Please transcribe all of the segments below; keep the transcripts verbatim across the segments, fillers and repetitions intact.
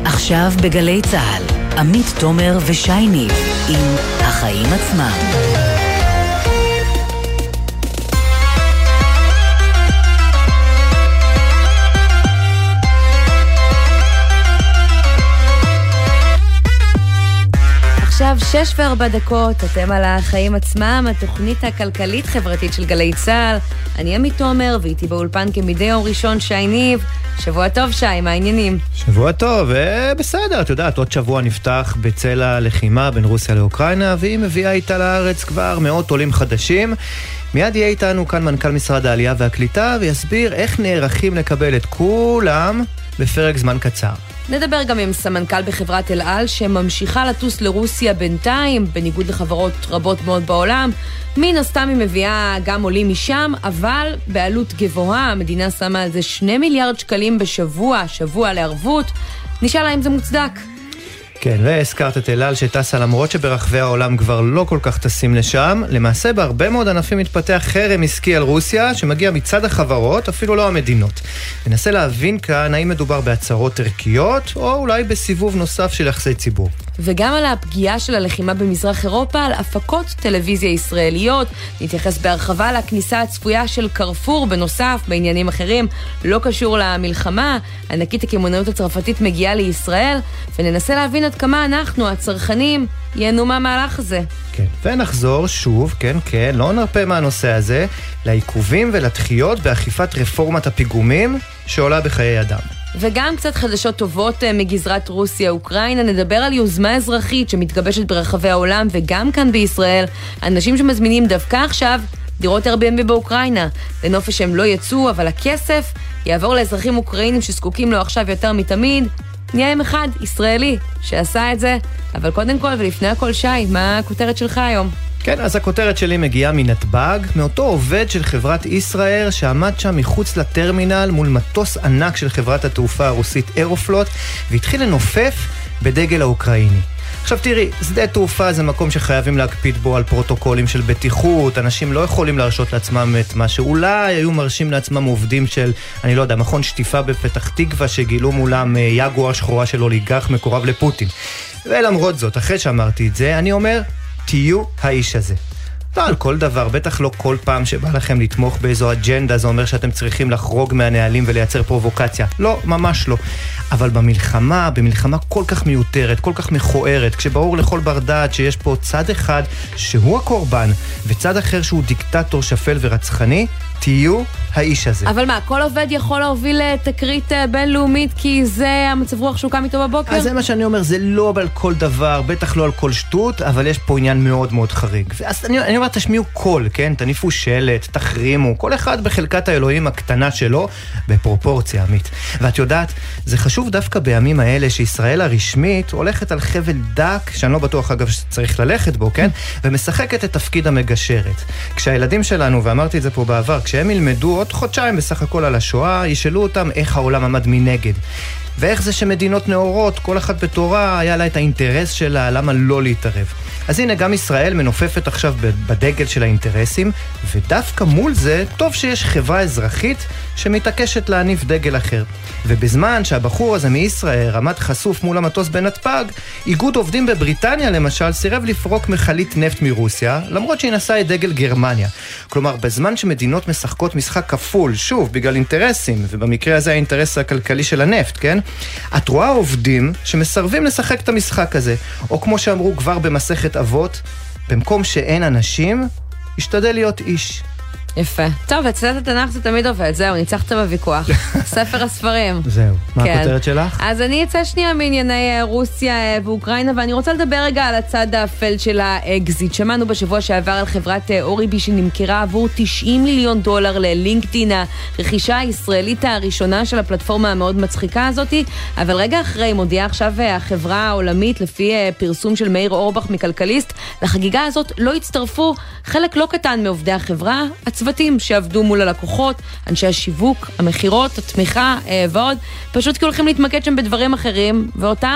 עכשיו בגלי צהל, עמית תומר ושייני עם החיים עצמם. עכשיו שש וארבע דקות, אתם על החיים עצמם, התוכנית הכלכלית-חברתית של גלי צהל. אני עמית תומר, ואיתי באולפן כמדי יום ראשון שי ניב. שבוע טוב שי, מה העניינים? שבוע טוב, בסדר, את יודעת, עוד שבוע נפתח בצל הלחימה בין רוסיה לאוקראינה, והיא מביאה איתה לארץ כבר מאות עולים חדשים. מיד יהיה איתנו כאן מנכ"ל משרד העלייה והקליטה, ויסביר איך נערכים לקבל את כולם בפרק זמן קצר. נדבר גם עם סמנכ"ל בחברת אל על שממשיכה לטוס לרוסיה בינתיים, בניגוד לחברות רבות מאוד בעולם. מן הסתם היא מביאה גם עולים משם, אבל בעלות גבוהה, המדינה שמה על זה שני מיליארד שקלים בשבוע, שבוע לערבות. נשאלה אם זה מוצדק. כן, והזכרת את אל על שטסה למרות שברחבי העולם כבר לא כל כך טסים לשם. למעשה בהרבה מאוד ענפים מתפתח חרם עסקי על רוסיה שמגיע מצד החברות, אפילו לא המדינות. ננסה להבין כאן האם מדובר בהצהרות ערכיות או אולי בסיבוב נוסף של יחסי ציבור. וגם על הפגיעה של הלחימה במזרח אירופה, על הפקות טלוויזיה ישראליות. נתייחס בהרחבה לכניסה הצפויה של קרפור, בנוסף בעניינים אחרים, לא קשור למלחמה. ענקית הקמעונאות הצרפתית מגיעה לישראל, וננסה להבין עד כמה אנחנו, הצרכנים, ייהנו מהמהלך הזה. כן, ונחזור שוב, כן, כן, לא נרפה מהנושא הזה, לעיכובים ולדחיות באכיפת רפורמת הפיגומים שעולה בחיי אדם. וגם קצת חדשות טובות מגזרת רוסיה-אוקראינה, נדבר על יוזמה אזרחית שמתגבשת ברחבי העולם וגם כאן בישראל, אנשים שמזמינים דווקא עכשיו דירות Airbnb באוקראינה. לנופש הם לא יצאו, אבל הכסף יעבור לאזרחים אוקראינים שזקוקים לו עכשיו יותר מתמיד. נהיה עם אחד, ישראלי, שעשה את זה. אבל קודם כל ולפני הכל שי, מה הכותרת שלך היום? כן, אז הכותרת שלי מגיעה מנתב"ג, מאותו עובד של חברת ישראל שעמד שם מחוץ לטרמינל מול מטוס ענק של חברת התעופה הרוסית אירופלוט, והתחיל לנופף בדגל האוקראיני. עכשיו תראי, שדה תעופה זה מקום שחייבים להקפיד בו על פרוטוקולים של בטיחות, אנשים לא יכולים להרשות לעצמם את מה שאולי היו מרשים לעצמם עובדים של, אני לא יודע, מכון שטיפה בפתח תקווה שגילו מולם יגואר שחורה של אוליגרך מקורב לפוטין. ולמרות זאת, אחרי שאמרתי את זה, אני אומר, תהיו האיש הזה. לא על כל דבר, בטח לא כל פעם שבא לכם לתמוך באיזו אג'נדה, זה אומר שאתם צריכים לחרוג מהנהלים ולייצר פרובוקציה. לא, ממש לא. אבל במלחמה, במלחמה כל כך מיותרת, כל כך מכוערת, כשברור לכל בר דעת שיש פה צד אחד שהוא הקורבן, וצד אחר שהוא דיקטטור שפל ורצחני, תהיו האיש הזה. אבל מה, כל עובד יכול להוביל תקרית בינלאומית כי זה המצב רוח שהוא קם איתו בבוקר? אז זה מה שאני אומר, זה לא על כל דבר, בטח לא על כל שטות, אבל יש פה עניין מאוד מאוד חריג. אז אני, אני אומר, תשמיעו קול, כן? תניפו שלט, תחרימו, כל אחד בחלקת האלוהים הקטנה שלו, בפרופורציה עמית. ואת יודעת, זה חשוב דווקא בימים האלה שישראל הרשמית הולכת על חבל דק, שאני לא בטוח אגב שצריך ללכת בו, כן? ומשחקת את תפקיד המגשרת. כשהילדים שלנו, ואמרתי את זה פה בעבר, כשהם ילמדו עוד חודשיים בסך הכל על השואה, ישאלו אותם איך העולם עמד מנגד. ואיך זה שמדינות נאורות, כל אחת בתורה היה לה את האינטרס שלה, למה לא להתערב. אז הנה גם ישראל מנופפת עכשיו בדגל של האינטרסים, ודווקא מול זה טוב שיש חברה אזרחית שמתעקשת להניף דגל אחר. ובזמן שהבחור הזה מישראל עמד חשוף מול המטוס בנתב"ג, איגוד עובדים בבריטניה למשל סירב לפרוק מכלית נפט מרוסיה, למרות שהיא נשאה את דגל גרמניה. כלומר, בזמן שמדינות משחקות משחק כפול, שוב, בגלל אינטרסים, ובמקרה הזה האינטרס הכלכלי של הנפט, כן? את רואה עובדים שמסרבים לשחק את המשחק הזה, או כמו שאמרו כבר במסכת אבות, במקום שאין אנשים, ישתדל להיות איש. יפה. טוב, אצלת התנ"ך זה תמיד עובד, זהו, ניצחת בוויכוח. ספר הספרים. זהו. מה הכותרת שלך? אז אני אצא שנייה מענייני רוסיה ואוקראינה, ואני רוצה לדבר רגע על הצד האפל של האקזיט. שמענו בשבוע שעבר על חברת אוריבי שנמכרה עבור תשעים מיליון דולר ללינקדין, הרכישה הישראלית הראשונה של הפלטפורמה המאוד מצחיקה הזאת, אבל רגע אחרי מודיעה עכשיו החברה העולמית, לפי פרסום של מאיר אורבך מכלכליסט, לחגיגה הזאת לא הצטרפו חלק לא קטן מעובדי החברה, הצוותים שעבדו מול הלקוחות, אנשי השיווק, המחירות, התמיכה ועוד, פשוט כי הולכים להתמקד שם בדברים אחרים, ואותם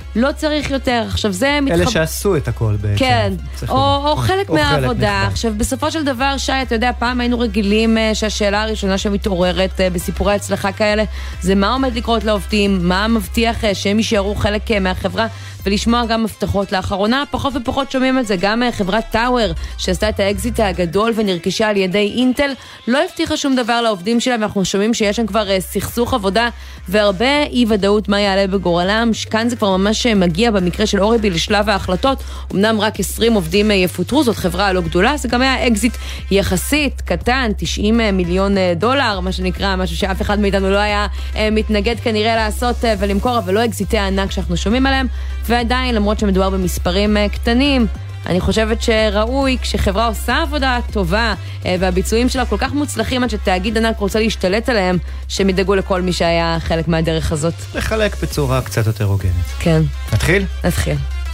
לא צריך יותר. עכשיו זה מתחב... אלה שעשו את הכל בעצם. כן, או, או חלק או מהעבודה. חלק עכשיו, בסופו של דבר, שי, אתה יודע, פעם היינו רגילים שהשאלה הראשונה שמתעוררת בסיפורי הצלחה כאלה, זה מה עומד לקרות לעובדים, מה מבטיח שהם יישארו חלק מהחברה, ולשמוע גם הבטחות. לאחרונה, פחות ופחות שומעים את זה. גם חברת טאוור, שעשתה את האקזיט הגדול ונרכשה על ידי אינטל, לא הבטיחה שום דבר לעובדים שלה, ואנחנו שומעים שיש שם כבר סכסוך עבודה, והרבה אי ודאות מה יעלה בגורלם. כאן זה כבר ממש מגיע במקרה של אוריבי לשלב ההחלטות. אמנם רק עשרים עובדים יפוטרו, זאת חברה לא גדולה, זה גם היה אקזיט יחסית קטן, תשעים מיליון דולר, מה שנקרא, משהו שאף אחד מאיתנו לא היה מתנגד כנראה לעשות ולמכור, אבל לא אקזיטי הענק שאנחנו שומעים עליהם. ועדיין, למרות שמדובר במספרים קטנים, אני חושבת שראוי כשחברה עושה עבודה טובה והביצועים שלה כל כך מוצלחים עד שתאגיד ענק רוצה להשתלט עליהם, שהם ידאגו לכל מי שהיה חלק מהדרך הזאת. לחלק בצורה קצת יותר הוגנת. כן. נתחיל? נתחיל.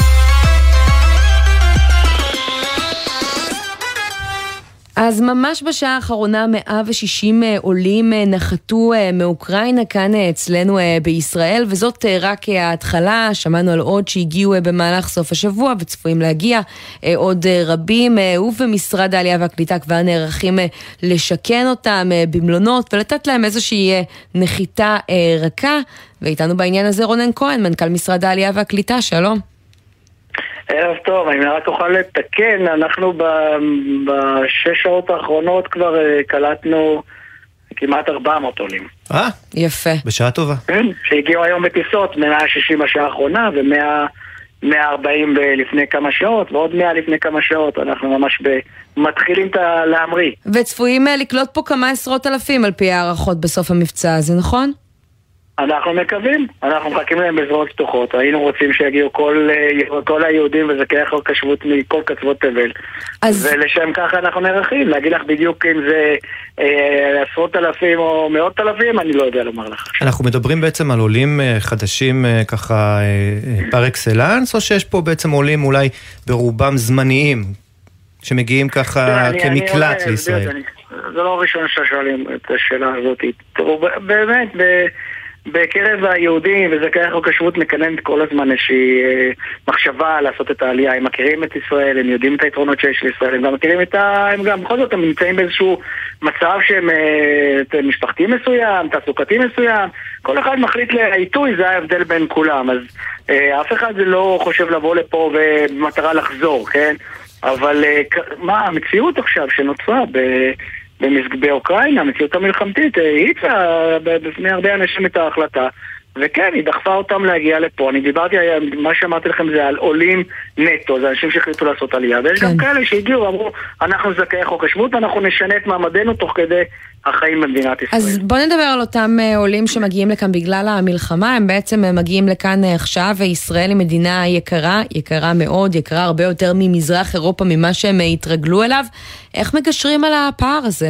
אז ממש בשעה האחרונה מאה ושישים עולים נחתו מאוקראינה כאן אצלנו בישראל, וזאת רק ההתחלה. שמענו על עוד שהגיעו במהלך סוף השבוע וצפויים להגיע עוד רבים, ובמשרד העלייה והקליטה כבר נערכים לשכן אותם במלונות ולתת להם איזושהי נחיתה רכה. ואיתנו בעניין הזה רונן כהן, מנכ"ל משרד העלייה והקליטה, שלום. ערב טוב, אני רק אוכל לתקן, אנחנו בשש שעות האחרונות כבר קלטנו כמעט ארבע מאות עולים. אה? יפה. בשעה טובה. כן, שהגיעו היום בטיסות, מאה ושישים בשעה האחרונה ו-מאה וארבעים לפני כמה שעות, ועוד מאה לפני כמה שעות, אנחנו ממש מתחילים להמריא. וצפויים לקלוט פה כמה עשרות אלפים על פי הערכות בסוף המבצע, זה נכון? אנחנו מקווים, אנחנו מחכים להם בזרועות פתוחות. היינו רוצים שיגיעו כל, כל היהודים וזכאי חוק השבות מכל קצוות תבל. אז... ולשם ככה אנחנו נערכים. להגיד לך בדיוק אם זה אה, עשרות אלפים או מאות אלפים, אני לא יודע לומר לך. אנחנו מדברים בעצם על עולים חדשים ככה פר אקסלנס, או שיש פה בעצם עולים אולי ברובם זמניים, שמגיעים ככה אני, כמקלט אני לישראל? אני, זה לא ראשון ששואלים את השאלה הזאת. תראו, באמת, ב... בקרב היהודים וזכאי חוק השבות מקננת כל הזמן איזושהי מחשבה לעשות את העלייה. הם מכירים את ישראל, הם יודעים את היתרונות שיש לישראל, הם גם מכירים את ה... הם גם בכל זאת הם נמצאים באיזשהו מצב שהם משפחתי מסוים, תעסוקתי מסוים, כל אחד מחליט לעיתוי, זה ההבדל בין כולם. אז אף אחד לא חושב לבוא לפה במטרה לחזור, כן? אבל מה המציאות עכשיו שנוצרה ב... באוקראינה, המציאות המלחמתית, היא הצעה בפני הרבה אנשים את ההחלטה, וכן, היא דחפה אותם להגיע לפה. אני דיברתי, מה שאמרתי לכם זה על עולים נטו, זה אנשים שהחליטו לעשות עלייה, ויש גם כאלה שהגיעו ואמרו, אנחנו זכאי חוק השבות, אנחנו נשנה את מעמדנו תוך כדי החיים במדינת ישראל. אז בוא נדבר על אותם עולים שמגיעים לכאן בגלל המלחמה, הם בעצם מגיעים לכאן עכשיו, וישראל היא מדינה יקרה, יקרה מאוד, יקרה הרבה יותר ממזרח אירופה, ממה שהם התרגלו אליו. איך מגשרים על הפער הזה?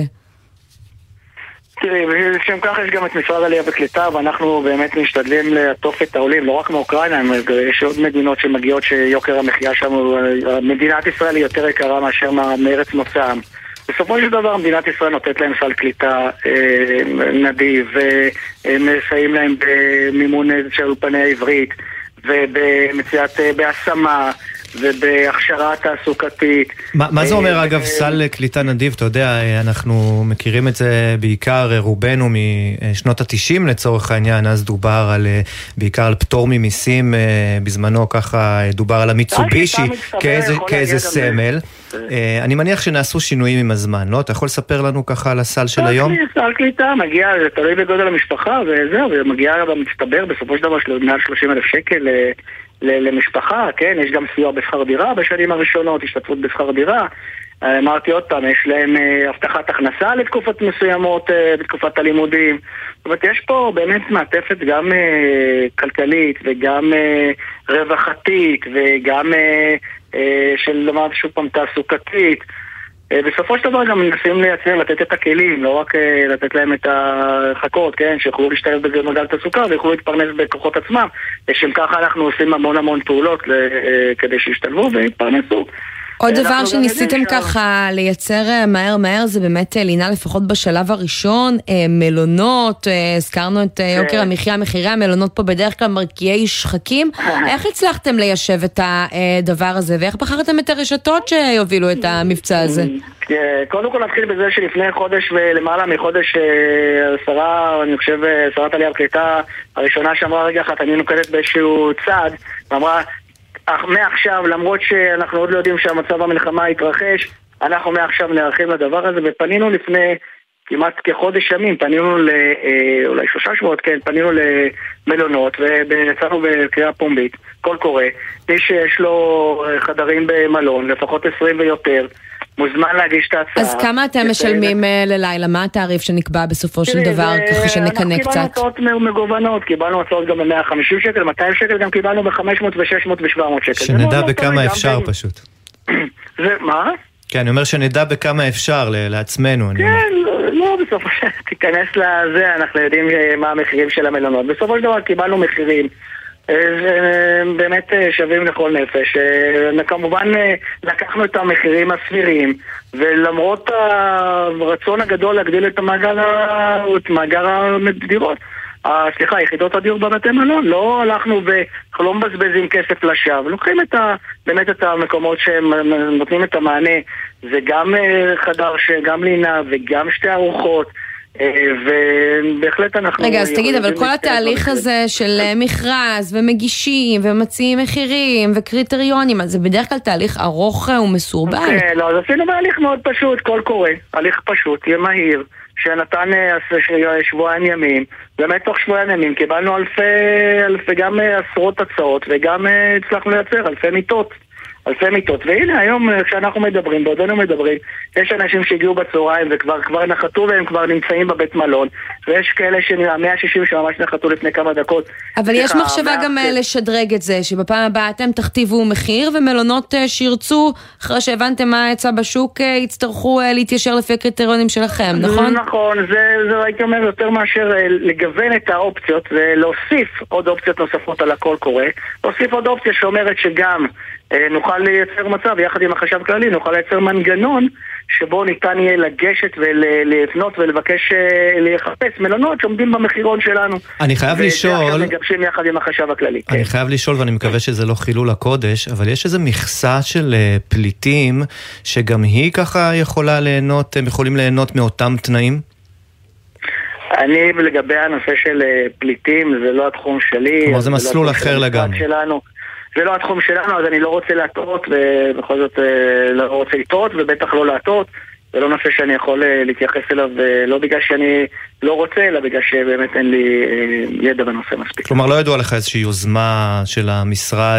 תראי, בשם כך יש גם את משרד העלייה וקליטה, ואנחנו באמת משתדלים לעטוף את העולים, לא רק מאוקראינה, יש עוד מדינות שמגיעות שיוקר המחיה שם, מדינת ישראל היא יותר יקרה מאשר מארץ מוצאם. בסופו של דבר מדינת ישראל נותנת להם סל קליטה אה, נדיב, ומסייעים להם במימון של אולפני העברית, ובמציאת, בהשמה, ובהכשרה תעסוקתית. מה, מה זה אומר אגב סל קליטה נדיב? אתה יודע, אנחנו מכירים את זה בעיקר רובנו משנות התשעים לצורך העניין, אז דובר על, בעיקר על פטור ממיסים, בזמנו ככה דובר על המיצובישי כאיזה, כאיזה סמל. אני מניח שנעשו שינויים עם הזמן, לא? אתה יכול לספר לנו ככה על הסל של היום? סל קליטה מגיע, זה תלוי בגודל המשפחה וזהו, ומגיע במצטבר בסופו של דבר מעל שלושים אלף שקל למשפחה, כן? יש גם סיוע בשכר דירה בשנים הראשונות, השתתפות בשכר דירה. אמרתי עוד פעם, יש להם הבטחת הכנסה לתקופות מסוימות בתקופת הלימודים. זאת אומרת, יש פה באמת מעטפת גם כלכלית וגם רווחתית וגם של לומר שוב פעם תעסוקתית. בסופו של דבר גם מנסים לייצר, לתת את הכלים, לא רק לתת להם את החכות, כן, שיוכלו להשתלב בזה מודל תעסוקה ויוכלו להתפרנס בכוחות עצמם. לשם ככה אנחנו עושים המון המון פעולות כדי שישתלבו ויתפרנסו. עוד דבר שניסיתם ככה לייצר מהר מהר זה באמת לינה לפחות בשלב הראשון, מלונות, הזכרנו את יוקר המחיה, מחירי המלונות פה בדרך כלל מרקיעי שחקים, איך הצלחתם ליישב את הדבר הזה ואיך בחרתם את הרשתות שיובילו את המבצע הזה? קודם כל נתחיל בזה שלפני חודש ולמעלה מחודש השרה, אני חושב שרת העלייה והקליטה הראשונה שאמרה רגע אחת, אני נוקטת באיזשהו צעד ואמרה אך מעכשיו, למרות שאנחנו עוד לא יודעים שהמצב המלחמה יתרחש, אנחנו מעכשיו נערכים לדבר הזה, ופנינו לפני כמעט כחודש ימים, פנינו ל... אולי שלושה שבועות, כן, פנינו למלונות, ויצאנו בקריאה פומבית, קול קורא, מי שיש לו חדרים במלון, לפחות עשרים ויותר, מוזמן להגיש את ההצעה. אז כמה אתם משלמים ללילה? מה התעריף שנקבע בסופו של דבר, ככה שנקנה קצת? אנחנו קיבלנו הצעות מגוונות, קיבלנו הצעות גם ב-מאה וחמישים שקל, מאתיים שקל, גם קיבלנו ב-חמש מאות ו-שש מאות ו-שבע מאות שקל. שנדע בכמה אפשר פשוט. זה, מה? כן, אני אומר שנדע בכמה אפשר לעצמנו. כן, לא, בסופו של דבר, תיכנס לזה, אנחנו יודעים מה המחירים של המלונות. בסופו של דבר קיבלנו מחירים. באמת שווים לכל נפש. כמובן לקחנו את המחירים הסבירים, ולמרות הרצון הגדול להגדיל את מאגר הדירות, סליחה, יחידות הדיור בבתי מלון, לא הלכנו ואנחנו לא מבזבזים כסף לשווא, לוקחים את ה, באמת את המקומות שהם נותנים את המענה, זה גם חדר, גם לינה וגם שתי ארוחות, ובהחלט אנחנו... רגע, אז תגיד, אבל כל התהליך הזה של מכרז ומגישים ומציעים מחירים וקריטריונים, אז זה בדרך כלל תהליך ארוך ומסורבל. כן, לא, אז עשינו בהליך מאוד פשוט, קול קורא, הליך פשוט, יהיה מהיר, שנתן שבועיים ימים, באמת תוך שבועיים ימים קיבלנו אלפי, אלפי גם עשרות הצעות, וגם הצלחנו לייצר אלפי מיטות. אלפי מיטות, והנה היום כשאנחנו מדברים, בעודנו מדברים, יש אנשים שהגיעו בצהריים וכבר כבר נחתו והם כבר נמצאים בבית מלון, ויש כאלה שנראה מאה שישים שממש נחתו לפני כמה דקות. אבל יש מחשבה גם לשדרג את זה, שבפעם הבאה אתם תכתיבו מחיר, ומלונות שירצו, אחרי שהבנתם מה יצא בשוק, יצטרכו להתיישר לפי הקריטריונים שלכם, נכון? נכון, זה, זה הייתי אומר יותר מאשר לגוון את האופציות, ולהוסיף עוד אופציות נוספות על הכל קורה, להוסיף עוד אופציה שאומרת שגם נוכל לייצר מצב, יחד עם החשב כללי, נוכל לייצר מנגנון שבו ניתן יהיה לגשת ולפנות ולבקש לחפש מלונות שעומדים במחירון שלנו. אני חייב לשאול... ומגבשים יחד עם החשב הכללי. אני חייב לשאול, ואני מקווה שזה לא חילול הקודש, אבל יש איזו מכסה של פליטים שגם היא ככה יכולה ליהנות, הם יכולים ליהנות מאותם תנאים? אני לגבי הנושא של פליטים, זה לא התחום שלי. כלומר, זה מסלול אחר לגמרי. זה לא התחום שלנו, אז אני לא רוצה להטעות, ובכל זאת לא רוצה לטעות, ובטח לא להטעות. זה לא נושא שאני יכול להתייחס אליו, לא בגלל שאני לא רוצה, אלא בגלל שבאמת אין לי ידע בנושא מספיק. כלומר, לא ידוע לך איזושהי יוזמה של המשרד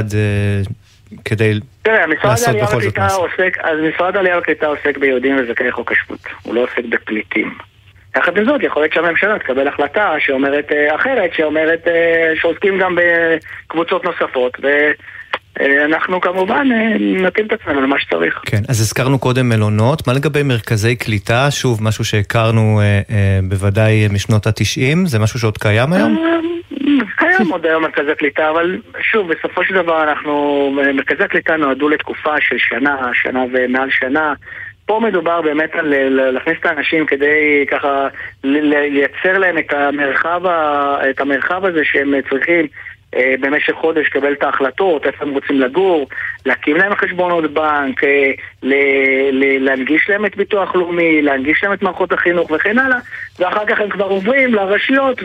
כדי לעשות בכל זאת משהו? אז משרד העלייה והקליטה עוסק ביהודים וזכאי חוק השבות. הוא לא עוסק בפליטים. יחד עם זאת, יכול להיות שהממשלה תקבל החלטה שאומרת אחרת, שאומרת שעוסקים גם בקבוצות נוספות, ואנחנו כמובן נתאים את עצמנו למה שצריך. כן, אז הזכרנו קודם מלונות, מה לגבי מרכזי קליטה? שוב, משהו שהכרנו בוודאי משנות ה-תשעים, זה משהו שעוד קיים היום? קיים עוד היום מרכזי קליטה, אבל שוב, בסופו של דבר אנחנו, מרכזי קליטה נועדו לתקופה של שנה, שנה ומעל שנה, פה מדובר באמת על להכניס את האנשים כדי ככה לייצר להם את המרחב, את המרחב הזה שהם צריכים במשך חודש לקבל את ההחלטות, איפה הם רוצים לגור, להקים להם חשבונות בנק, להנגיש להם את ביטוח לאומי, להנגיש להם את מערכות החינוך וכן הלאה, ואחר כך הם כבר עוברים לרשויות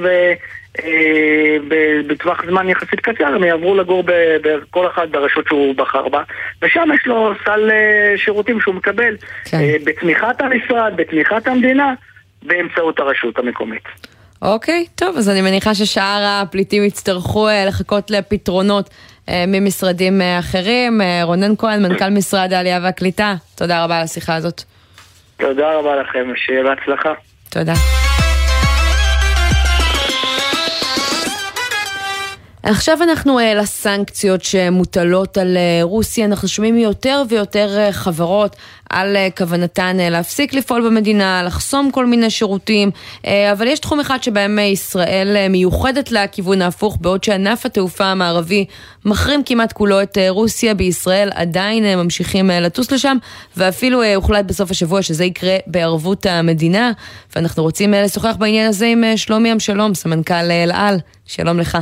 ובטווח זמן יחסית קצר הם יעברו לגור בכל אחד ברשות שהוא בחר בה, ושם יש לו סל שירותים שהוא מקבל בתמיכת המשרד, בתמיכת המדינה, באמצעות הרשות המקומית. אוקיי, טוב, אז אני מניחה ששאר הפליטים יצטרכו לחכות לפתרונות ממשרדים אחרים. רונן כהן, מנכ"ל משרד העלייה והקליטה, תודה רבה על השיחה הזאת. תודה רבה לכם, שיהיה בהצלחה. תודה. עכשיו אנחנו לסנקציות שמוטלות על רוסיה. אנחנו שומעים יותר ויותר חברות על כוונתן להפסיק לפעול במדינה, לחסום כל מיני שירותים, אבל יש תחום אחד שבהם ישראל מיוחדת לכיוון ההפוך, בעוד שענף התעופה המערבי מחרים כמעט כולו את רוסיה. בישראל עדיין ממשיכים לטוס לשם, ואפילו הוחלט בסוף השבוע שזה יקרה בערבות המדינה, ואנחנו רוצים לשוחח בעניין הזה עם שלומי אמשלום, סמנכ"ל אל על. שלום לך.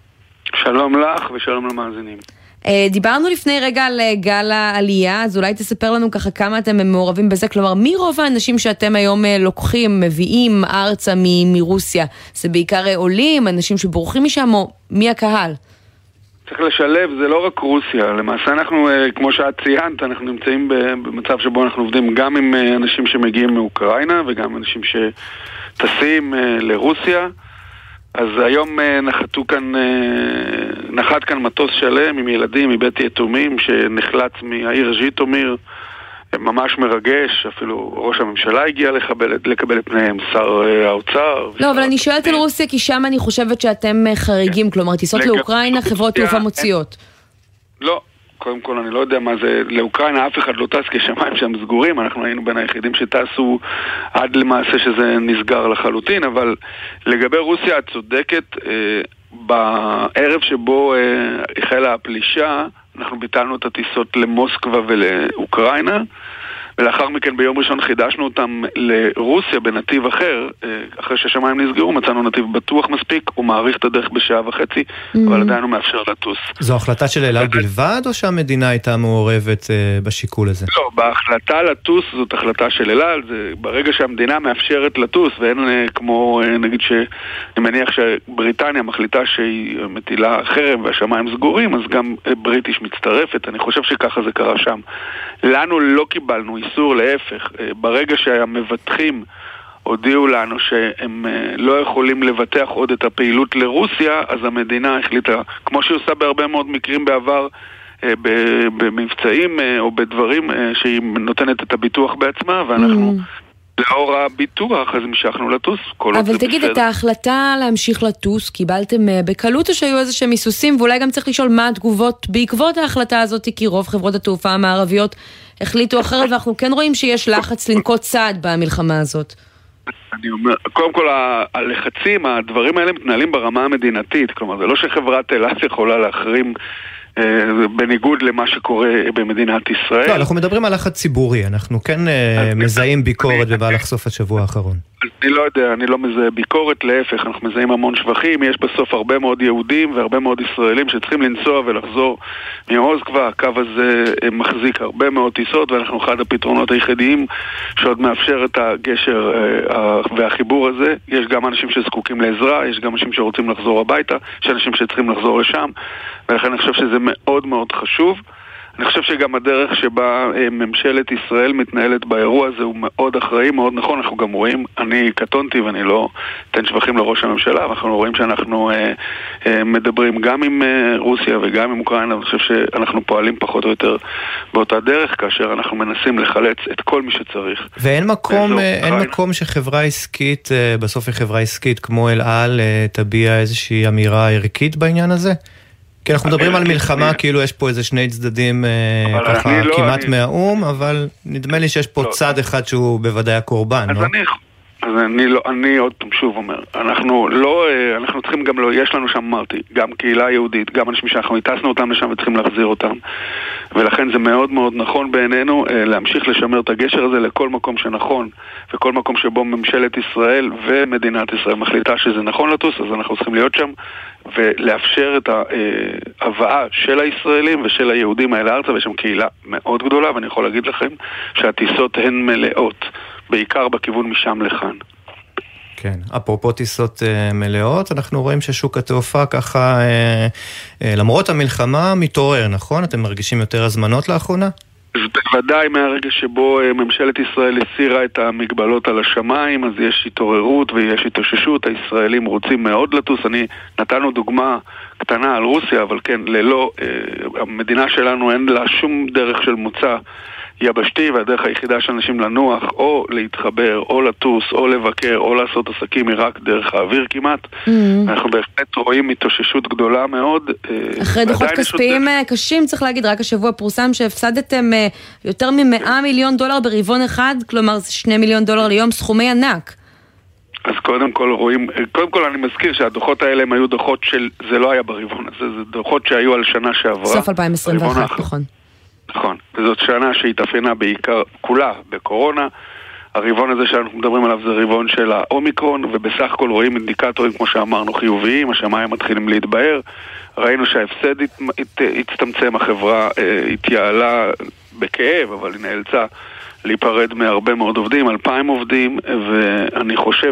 שלום לך ושלום למאזינים. דיברנו לפני רגע על גל העלייה, אז אולי תספר לנו ככה כמה אתם מעורבים בזה, כלומר מי רוב האנשים שאתם היום לוקחים, מביאים ארצה מ- מרוסיה? זה בעיקר עולים, אנשים שבורחים משם, או מי הקהל? צריך לשלב, זה לא רק רוסיה, למעשה אנחנו, כמו שאת ציינת, אנחנו נמצאים במצב שבו אנחנו עובדים גם עם אנשים שמגיעים מאוקראינה וגם אנשים שטסים לרוסיה. אז היום נחתו כאן, נחת כאן מטוס שלם עם ילדים מבית יתומים שנחלץ מהעיר ז'יטומיר, ממש מרגש, אפילו ראש הממשלה הגיע לקבל, לקבל את פניהם, שר האוצר. לא, אבל אני שואלת על רוסיה כי שם אני חושבת שאתם חריגים, כלומר טיסות לאוקראינה, חברות תעופה מוציאות. לא. קודם כל, אני לא יודע מה זה, לאוקראינה אף אחד לא טס כי שמיים שם סגורים, אנחנו היינו בין היחידים שטסו עד למעשה שזה נסגר לחלוטין, אבל לגבי רוסיה את צודקת, אה, בערב שבו אה, החלה הפלישה, אנחנו ביטלנו את הטיסות למוסקבה ולאוקראינה, ולאחר מכן ביום ראשון חידשנו אותם לרוסיה בנתיב אחר, אחרי שהשמיים נסגרו, מצאנו נתיב בטוח מספיק, הוא מעריך את הדרך בשעה וחצי, mm-hmm. אבל עדיין הוא מאפשר לטוס. זו החלטה של אל על בלבד, או שהמדינה הייתה מעורבת uh, בשיקול הזה? לא, בהחלטה לטוס זאת החלטה של אל על, זה ברגע שהמדינה מאפשרת לטוס, ואין uh, כמו, uh, נגיד שאני מניח שבריטניה מחליטה שהיא מטילה חרם והשמיים סגורים, אז גם uh, בריטיש מצטרפת, אני חושב שככה זה קרה שם. לנו לא קיבלנו איסור, להפך, ברגע שהמבטחים הודיעו לנו שהם לא יכולים לבטח עוד את הפעילות לרוסיה, אז המדינה החליטה, כמו שהיא עושה בהרבה מאוד מקרים בעבר, במבצעים או בדברים שהיא נותנת את הביטוח בעצמה, ואנחנו לאור הביטוח אז המשכנו לטוס. אבל תגיד, את ההחלטה להמשיך לטוס קיבלתם בקלות או שהיו איזה שהם היסוסים, ואולי גם צריך לשאול מה התגובות בעקבות ההחלטה הזאת, כי רוב חברות התעופה המערביות החליטו אחרת, ואנחנו כן רואים שיש לחץ לנקוט צעד במלחמה הזאת. אני אומר, קודם כל הלחצים, הדברים האלה מתנהלים ברמה המדינתית, כלומר זה לא שחברת אל על יכולה להחרים בניגוד למה שקורה במדינת ישראל. לא, אנחנו מדברים על לחץ ציבורי, אנחנו כן מזהים ביקורת במהלך סוף השבוע האחרון. אני לא יודע, אני לא מזהה ביקורת, להפך, אנחנו מזהים המון שבחים, יש בסוף הרבה מאוד יהודים והרבה מאוד ישראלים שצריכים לנסוע ולחזור ממוסקבה, הקו הזה מחזיק הרבה מאוד טיסות, ואנחנו אחד הפתרונות היחידיים שעוד מאפשר את הגשר והחיבור הזה. יש גם אנשים שזקוקים לעזרה, יש גם אנשים שרוצים לחזור הביתה, יש אנשים שצריכים לחזור לשם, ולכן אני חושב שזה מאוד מאוד חשוב. אני חושב שגם הדרך שבה ממשלת ישראל מתנהלת באירוע הזה הוא מאוד אחראי, מאוד נכון. אנחנו גם רואים, אני קטונתי ואני לא אתן שבחים לראש הממשלה, אנחנו רואים שאנחנו אה, אה, מדברים גם עם אה, רוסיה וגם עם אוקראינה, אני חושב שאנחנו פועלים פחות או יותר באותה דרך, כאשר אנחנו מנסים לחלץ את כל מי שצריך. ואין מקום, אין מקום שחברה עסקית, בסוף היא חברה עסקית כמו אל על, תביע איזושהי אמירה ערכית בעניין הזה? כי אנחנו מדברים על מלחמה, כאילו יש פה איזה שני צדדים ככה כמעט מהאום, אבל נדמה לי שיש פה צד אחד שהוא בוודאי הקורבן, לא? אז אני לא, אני עוד פעם שוב אומר, אנחנו לא, אנחנו צריכים גם לא, יש לנו שם, אמרתי, גם קהילה יהודית, גם אנשים שאנחנו הטסנו אותם לשם וצריכים להחזיר אותם, ולכן זה מאוד מאוד נכון בעינינו להמשיך לשמר את הגשר הזה לכל מקום שנכון, וכל מקום שבו ממשלת ישראל ומדינת ישראל מחליטה שזה נכון לטוס, אז אנחנו צריכים להיות שם ולאפשר את ההבאה של הישראלים ושל היהודים האלה ארצה, ויש שם קהילה מאוד גדולה, ואני יכול להגיד לכם שהטיסות הן מלאות, בעיקר בכיוון משם לכאן. כן, אפרופו טיסות uh, מלאות, אנחנו רואים ששוק התעופה ככה, uh, uh, למרות המלחמה, מתעורר, נכון? אתם מרגישים יותר הזמנות לאחרונה? אז בוודאי מהרגע שבו uh, ממשלת ישראל הסירה את המגבלות על השמיים, אז יש התעוררות ויש התאוששות, הישראלים רוצים מאוד לטוס. אני נתנו דוגמה קטנה על רוסיה, אבל כן, ללא, uh, המדינה שלנו אין לה שום דרך של מוצא יבשתי, והדרך היחידה של אנשים לנוח, או להתחבר, או לטוס, או לבקר, או לעשות עסקים, היא רק דרך האוויר כמעט. Mm-hmm. אנחנו בהחלט רואים התאוששות גדולה מאוד. אחרי דוחות כספיים קשים, צריך להגיד, רק השבוע פורסם שהפסדתם יותר מ-מאה מיליון דולר ברבעון אחד, כלומר זה שני מיליון דולר ליום, סכומי ענק. אז קודם כל רואים, קודם כל אני מזכיר שהדוחות האלה הם היו דוחות של, זה לא היה ברבעון הזה, זה דוחות שהיו על שנה שעברה. סוף אלפיים עשרים ואחת, נכון. נכון, וזאת שנה שהתאפיינה בעיקר כולה בקורונה. הרבעון הזה שאנחנו מדברים עליו זה רבעון של האומיקרון, ובסך הכל רואים אינדיקטורים, כמו שאמרנו, חיוביים, השמיים מתחילים להתבהר. ראינו שההפסד הצטמצם, החברה התייעלה בכאב, אבל היא נאלצה להיפרד מהרבה מאוד עובדים, אלפיים עובדים, ואני חושב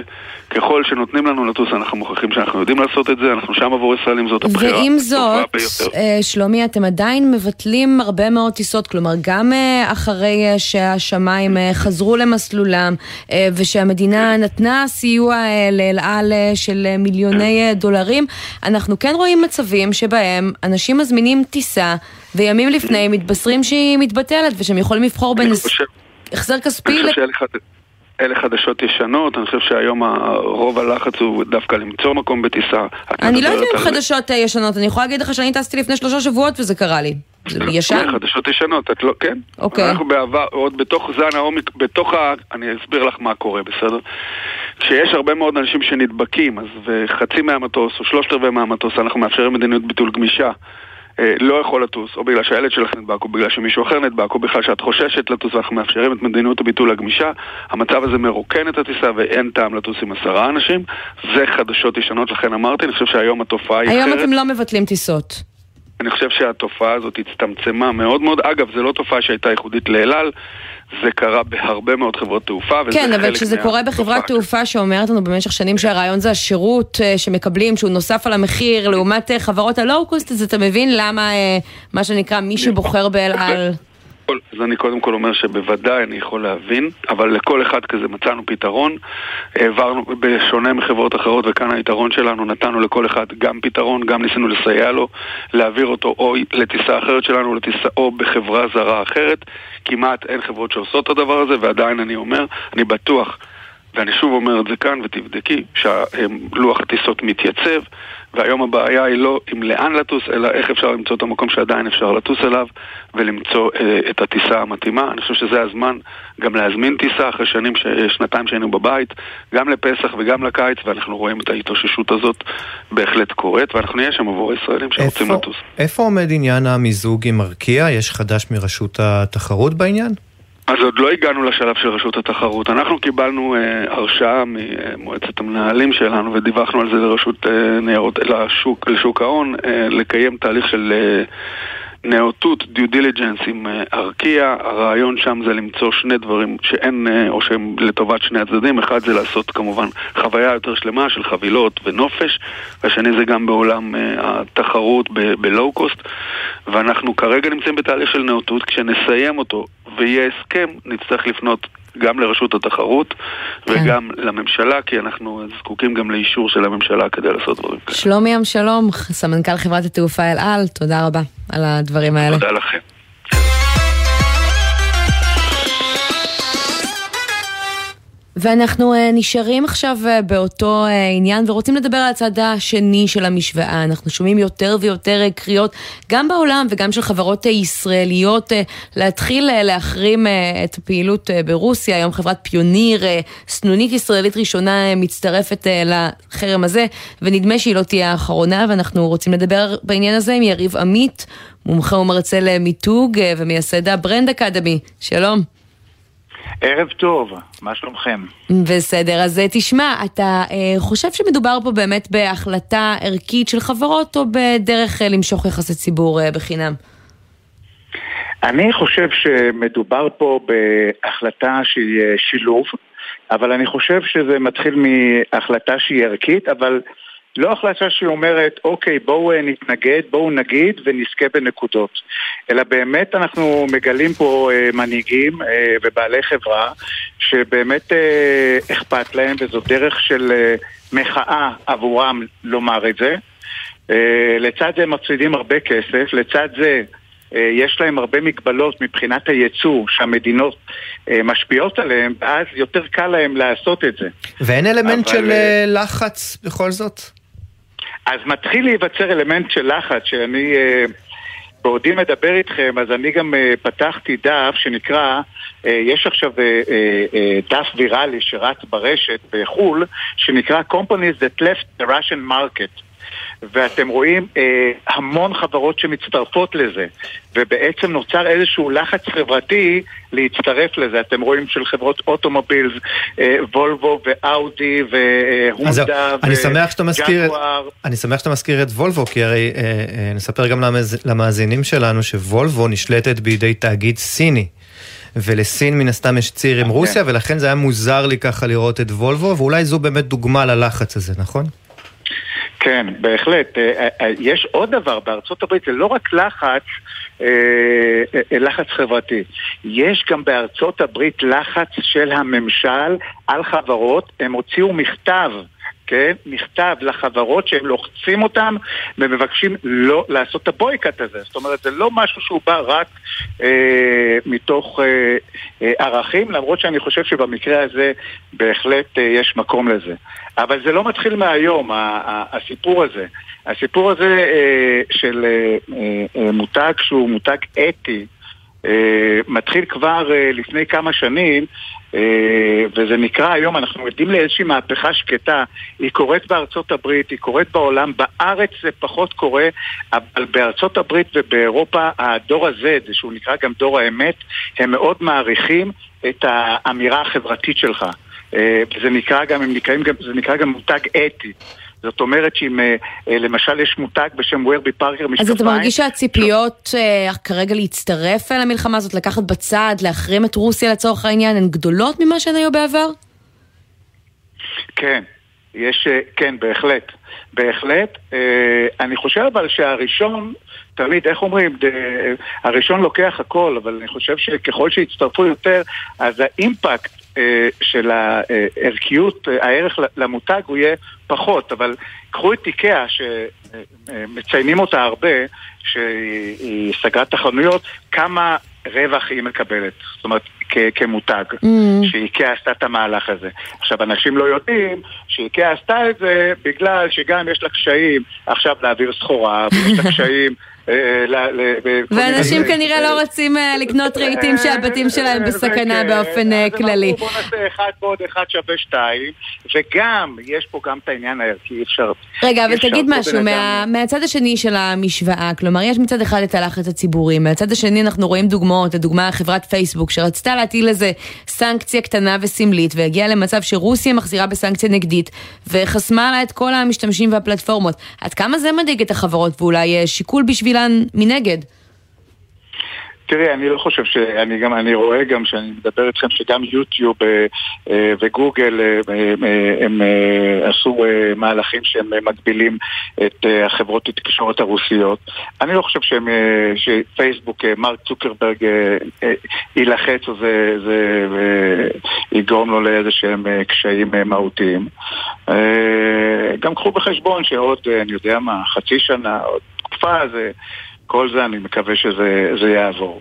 שככל שנותנים לנו לטוס, אנחנו מוכיחים שאנחנו יודעים לעשות את זה, אנחנו שם עבור ישראלים, זאת הבחירה. ועם זאת, שלומי, אתם עדיין מבטלים הרבה מאוד טיסות, כלומר, גם אחרי שהשמיים חזרו למסלולם, ושהמדינה נתנה סיוע לאל על של מיליוני דולרים, אנחנו כן רואים מצבים שבהם אנשים מזמינים טיסה, וימים לפני מתבשרים שהיא מתבטלת, ושהם יכולים לבחור בין החזר כספי. אני חושב שאלה חדשות ישנות, אני חושב שהיום הרוב הלחץ הוא דווקא למצוא מקום בטיסה. אני לא יודעת אם חדשות ישנות, אני יכולה להגיד לך שאני טסתי לפני שלושה שבועות וזה קרה לי. זה ישן? חדשות ישנות, את לא, כן. אוקיי. אנחנו בעבר, עוד בתוך זן העומק, בתוך ה... אני אסביר לך מה קורה, בסדר? כשיש הרבה מאוד אנשים שנדבקים, אז וחצי מהמטוס או שלושת רבעי מהמטוס, אנחנו מאפשרים מדיניות ביטול גמישה. לא יכול לטוס, או בגלל שהילד שלך נדבק, או בגלל שמישהו אחר נדבק, או בכלל שאת חוששת לטוס, ואנחנו מאפשרים את מדיניות הביטול הגמישה. המצב הזה מרוקן את הטיסה, ואין טעם לטוס עם עשרה אנשים. זה חדשות ישנות, לכן אמרתי, אני חושב שהיום התופעה היא אחרת. היום אתם לא מבטלים טיסות. אני חושב שהתופעה הזאת הצטמצמה מאוד מאוד. אגב, זה לא תופעה שהייתה ייחודית לאל על, זה קרה בהרבה מאוד חברות תעופה. כן, אבל כשזה קורה בחברת תעופה שאומרת לנו במשך שנים שהרעיון זה השירות שמקבלים, שהוא נוסף על המחיר, לעומת חברות הלואו-קוסט, אז אתה מבין למה, מה שנקרא, מי שבוחר באל על... אז אני קודם כל אומר שבוודאי אני יכול להבין, אבל לכל אחד כזה מצאנו פתרון, העברנו בשונה מחברות אחרות, וכאן היתרון שלנו, נתנו לכל אחד גם פתרון, גם ניסינו לסייע לו, להעביר אותו או לטיסה אחרת שלנו, לטיסה או בחברה זרה אחרת. כמעט אין חברות שעושות את הדבר הזה, ועדיין אני אומר, אני בטוח, ואני שוב אומר את זה כאן ותבדקי, שהלוח הטיסות מתייצב, והיום הבעיה היא לא עם לאן לטוס, אלא איך אפשר למצוא את המקום שעדיין אפשר לטוס אליו, ולמצוא אה, את הטיסה המתאימה. אני חושב שזה הזמן גם להזמין טיסה אחרי שנים, שנתיים שהיינו בבית, גם לפסח וגם לקיץ, ואנחנו רואים את ההתאוששות הזאת בהחלט קורית, ואנחנו נהיה שם עבור ישראלים שרוצים איפה, לטוס. איפה עומד עניין המיזוג עם ארקיע? יש חדש מרשות התחרות בעניין? אז עוד לא הגענו לשלב של רשות התחרות. אנחנו קיבלנו אה, הרשאה ממועצת המנהלים שלנו ודיווחנו על זה לרשות אה, ניירות, לשוק, לשוק ההון, אה, לקיים תהליך של אה, נאותות, due diligence עם אה, ארקיע. הרעיון שם זה למצוא שני דברים שאין, אה, או שהם לטובת שני הצדדים. אחד זה לעשות כמובן חוויה יותר שלמה של חבילות ונופש, והשני זה גם בעולם אה, התחרות בלואו קוסט. ואנחנו כרגע נמצאים בתהליך של נאותות. כשנסיים אותו ויהיה הסכם, נצטרך לפנות גם לרשות התחרות וגם לממשלה, כי אנחנו זקוקים גם לאישור של הממשלה כדי לעשות דברים כאלה. שלומי שלום, סמנכ"ל חברת התעופה אל על, תודה רבה על הדברים האלה. תודה לכם. ואנחנו נשארים עכשיו באותו עניין ורוצים לדבר על הצד השני של המשוואה. אנחנו שומעים יותר ויותר קריאות גם בעולם וגם של חברות ישראליות להתחיל להחרים את הפעילות ברוסיה. היום חברת פיוניר, סנונית ישראלית ראשונה, מצטרפת לחרם הזה, ונדמה שהיא לא תהיה האחרונה, ואנחנו רוצים לדבר בעניין הזה עם יריב עמית, מומחה ומרצה למיתוג ומייסד הברנד אקדמי. שלום. ערב טוב, מה שלומכם? בסדר, אז תשמע, אתה אה, חושב שמדובר פה באמת בהחלטה ערכית של חברות, או בדרך אה, למשוך יחסי ציבור אה, בחינם? אני חושב שמדובר פה בהחלטה שהיא שילוב, אבל אני חושב שזה מתחיל מהחלטה שהיא ערכית, אבל לא החלטה שהיא אומרת, אוקיי, בואו נתנגד, בואו נגיד ונזכה בנקודות. אלא באמת אנחנו מגלים פה אה, מנהיגים אה, ובעלי חברה שבאמת אה, אכפת להם, וזו דרך של אה, מחאה עבורם לומר את זה. אה, לצד זה מפסידים הרבה כסף, לצד זה יש להם הרבה מגבלות מבחינת הייצוא שהמדינות משפיעות עליהם, ואז יותר קל להם לעשות את זה. ואין אלמנט אבל... של לחץ בכל זאת? אז מתחיל להיווצר אלמנט של לחץ, שאני בעודי מדבר איתכם, אז אני גם פתחתי דף שנקרא, יש עכשיו דף ויראלי שרץ ברשת בחול, שנקרא Companies that left the Russian market. ואתם רואים אה, המון חברות שמצטרפות לזה, ובעצם נוצר איזשהו לחץ חברתי להצטרף לזה. אתם רואים של חברות אוטומובילס, אה, וולבו ואאודי והונדה וג'גואר. אני שמח שאתה מזכיר את וולבו, כי הרי אה, אה, נספר גם למאז, למאזינים שלנו שוולבו נשלטת בידי תאגיד סיני. ולסין מן הסתם יש ציר עם רוסיה, ולכן זה היה מוזר לי ככה לראות את וולבו, ואולי זו באמת דוגמה ללחץ הזה, נכון? כן, בהחלט. יש עוד דבר, בארצות הברית זה לא רק לחץ, לחץ חברתי. יש גם בארצות הברית לחץ של הממשל על חברות, הם הוציאו מכתב, כן? מכתב לחברות שהם לוחצים אותם ומבקשים לא לעשות את הבויקט הזה. זאת אומרת, זה לא משהו שהוא בא רק אה, מתוך אה, אה, ערכים, למרות שאני חושב שבמקרה הזה בהחלט אה, יש מקום לזה. אבל זה לא מתחיל מהיום, הסיפור הזה. הסיפור הזה אה, של אה, אה, מותג שהוא מותג אתי, אה, מתחיל כבר אה, לפני כמה שנים, וזה נקרא היום, אנחנו יודעים לאיזושהי מהפכה שקטה, היא קורית בארצות הברית, היא קורית בעולם, בארץ זה פחות קורה, אבל בארצות הברית ובאירופה הדור הזה, שהוא נקרא גם דור האמת, הם מאוד מעריכים את האמירה החברתית שלך. זה נקרא גם, הם נקראים גם, זה נקרא גם מותג אתי. זאת אומרת שאם למשל יש מותג בשם ורבי פארקר משקפיים... אז אתה מרגיש שהציפיות כרגע להצטרף אל המלחמה הזאת, לקחת בצד, להחרים את רוסיה לצורך העניין, הן גדולות ממה שהן היו בעבר? כן, יש, כן, בהחלט. בהחלט. אני חושב אבל שהראשון, תמיד, איך אומרים, הראשון לוקח הכל, אבל אני חושב שככל שיצטרפו יותר, אז האימפקט של הערכיות, הערך למותג הוא יהיה פחות, אבל קחו את איקאה שמציינים אותה הרבה, שהיא סגרה את החנויות, כמה רווח היא מקבלת, זאת אומרת כמותג, שאיקאה עשתה את המהלך הזה. עכשיו אנשים לא יודעים שאיקאה עשתה את זה בגלל שגם יש לה קשיים עכשיו להעביר סחורה, ויש לה קשיים ואנשים כנראה לא רוצים לקנות רהיטים שהבתים שלהם בסכנה באופן כללי. בוא נעשה אחד ועוד אחד שווה שתיים, וגם יש פה גם את העניין הערכי, אפשר... רגע, אבל תגיד משהו, מהצד השני של המשוואה, כלומר יש מצד אחד את הלחץ הציבורי, מהצד השני אנחנו רואים דוגמאות, לדוגמה חברת פייסבוק שרצתה להטיל איזה סנקציה קטנה וסמלית, והגיעה למצב שרוסיה מחזירה בסנקציה נגדית, וחסמה לה את כל המשתמשים והפלטפורמות. עד כמה זה מדאיג את החברות, ואולי שיקול בשביל מנגד? תראי, אני לא חושב שאני גם, אני רואה גם שאני מדבר איתכם שגם יוטיוב וגוגל הם עשו מהלכים שהם מגבילים את החברות התקשורת הרוסיות. אני לא חושב שהם, שפייסבוק, מרק צוקרברג ילחץ או זה, זה יגרום לו לאיזה שהם קשיים מהותיים. גם קחו בחשבון שעוד, אני יודע מה, חצי שנה, עוד תקופה, זה, כל זה אני מקווה שזה זה יעבור.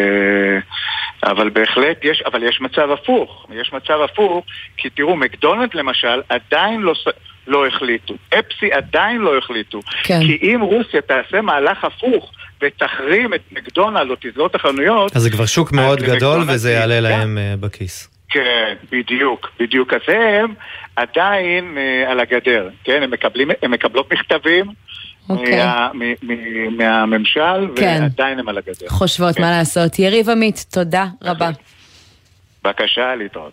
אבל בהחלט יש, אבל יש מצב הפוך. יש מצב הפוך, כי תראו, מקדונלד למשל עדיין לא, לא החליטו. אפסי עדיין לא החליטו. כן. כי אם רוסיה תעשה מהלך הפוך ותחרים את מקדונלד או תסגור את החנויות... אז זה כבר שוק מאוד גדול וזה יעלה להם בכיס. כן, בדיוק, בדיוק. אז הם עדיין על הגדר. כן, הם מקבלים, הם מקבלות מכתבים, מהממשל, ועדיין הם על הגדר. חושבות מה לעשות. יריב עמית, תודה רבה. בבקשה, להתראות.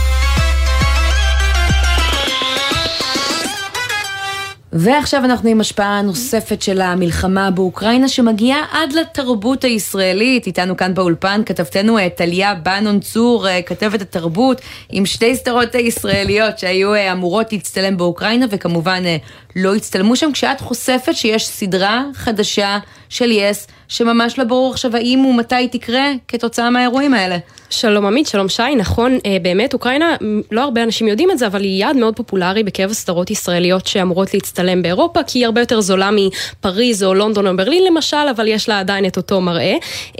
ועכשיו אנחנו עם השפעה נוספת של המלחמה באוקראינה שמגיעה עד לתרבות הישראלית. איתנו כאן באולפן כתבתנו טליה בנון צור, כתבת התרבות, עם שתי סדרות הישראליות שהיו אמורות להצטלם באוקראינה וכמובן לא הצטלמו שם, כשאת חושפת שיש סדרה חדשה של יס שממש לא ברור עכשיו האם ומתי תקרה כתוצאה מהאירועים האלה. שלום עמית, שלום שי, נכון, באמת אוקראינה, לא הרבה אנשים יודעים את זה, אבל היא יעד מאוד פופולרי בקרב הסדרות ישראליות שאמורות להצטלם להצטלם באירופה, כי היא הרבה יותר זולה מפריז או לונדון או ברלין למשל, אבל יש לה עדיין את אותו מראה.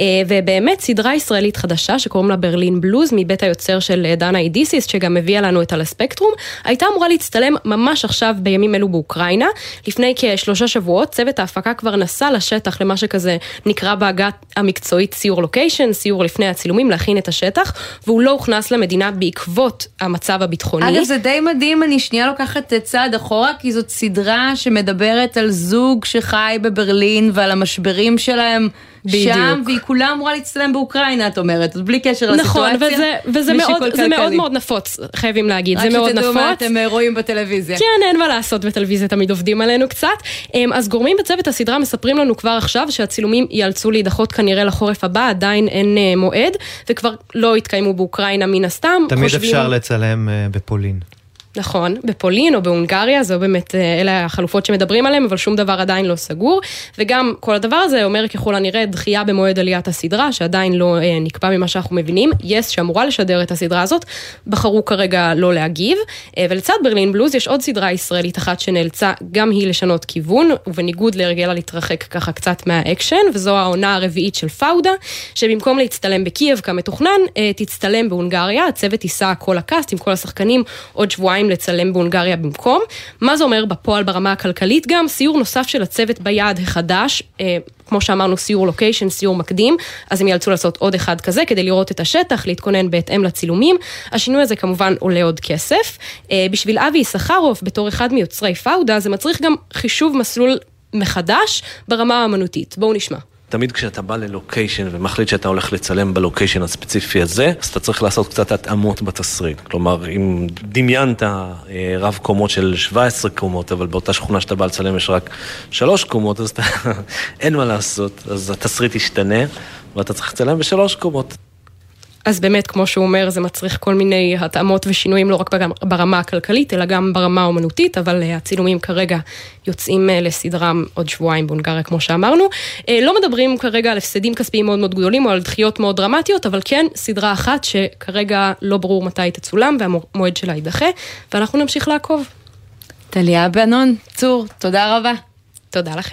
ובאמת סדרה ישראלית חדשה שקוראים לה ברלין בלוז, מבית היוצר של דנה אידיסיס, שגם הביאה לנו את על הספקטרום, הייתה אמורה להצטלם ממש עכשיו בימים אלו באוקראינה. לפני כשלושה שבועות, צוות ההפקה כבר נסע לשטח למה שכזה נקרא בהגה המקצועית סיור לוקיישן, סיור לפני הצילומים, להכין את השטח, והוא לא הוכנס למדינה בעקבות המצב הביטחוני. אגב, זה די מדהים, אני שנייה לוקחת צעד אחורה, כי זאת סדרה שמדברת על זוג שחי בברלין, ועל המשברים שלהם בדיוק. שם, והיא כולה אמורה להצטלם באוקראינה, את אומרת, בלי קשר נכון, לסיטואציה. נכון, וזה, וזה מאוד, זה מאוד מאוד נפוץ, חייבים להגיד, זה מאוד נפוץ. רק שתדעו מה אתם רואים בטלוויזיה. כן, אין מה לעשות בטלוויזיה, תמיד עובדים עלינו קצת. אז גורמים בצוות הסדרה מספרים לנו כבר עכשיו, שהצילומים ייאלצו להידחות כנראה לחורף הבא, עדיין אין מועד, וכבר לא יתקיימו באוקראינה מן הסתם. תמיד חושבים... אפשר לצלם בפולין. נכון, בפולין או בהונגריה, זו באמת, אלה החלופות שמדברים עליהם, אבל שום דבר עדיין לא סגור, וגם כל הדבר הזה אומר ככל הנראה דחייה במועד עליית הסדרה, שעדיין לא נקבע ממה שאנחנו מבינים, יס שאמורה לשדר את הסדרה הזאת, בחרו כרגע לא להגיב, ולצד ברלין בלוז יש עוד סדרה ישראלית אחת שנאלצה גם היא לשנות כיוון, ובניגוד להרגלה להתרחק ככה קצת מהאקשן, וזו העונה הרביעית של פאודה, שבמקום להצטלם בקייב כמתוכנן, תצטלם בהונגריה, הצוות ייסע כל הקאסט עם כל השחקנים עוד שבועיים לצלם בהונגריה במקום. מה זה אומר בפועל ברמה הכלכלית? גם סיור נוסף של הצוות ביעד החדש, אה, כמו שאמרנו סיור לוקיישן, סיור מקדים, אז הם יאלצו לעשות עוד אחד כזה כדי לראות את השטח, להתכונן בהתאם לצילומים. השינוי הזה כמובן עולה עוד כסף. אה, בשביל אבי יששכרוף, בתור אחד מיוצרי פאודה, זה מצריך גם חישוב מסלול מחדש ברמה האמנותית. בואו נשמע. תמיד כשאתה בא ללוקיישן ומחליט שאתה הולך לצלם בלוקיישן הספציפי הזה, אז אתה צריך לעשות קצת התאמות בתסריט. כלומר, אם דמיינת רב קומות של שבע עשרה קומות, אבל באותה שכונה שאתה בא לצלם יש רק שלוש קומות, אז אתה, אין מה לעשות. אז התסריט ישתנה, ואתה צריך לצלם בשלוש קומות. אז באמת, כמו שהוא אומר, זה מצריך כל מיני התאמות ושינויים, לא רק ברמה הכלכלית, אלא גם ברמה האומנותית, אבל הצילומים כרגע יוצאים לסדרה עוד שבועיים בהונגריה, כמו שאמרנו. לא מדברים כרגע על הפסדים כספיים מאוד מאוד גדולים, או על דחיות מאוד דרמטיות, אבל כן, סדרה אחת שכרגע לא ברור מתי היא תצולם, והמועד שלה יידחה, ואנחנו נמשיך לעקוב. טליה בנון, צור, תודה רבה. תודה לכם.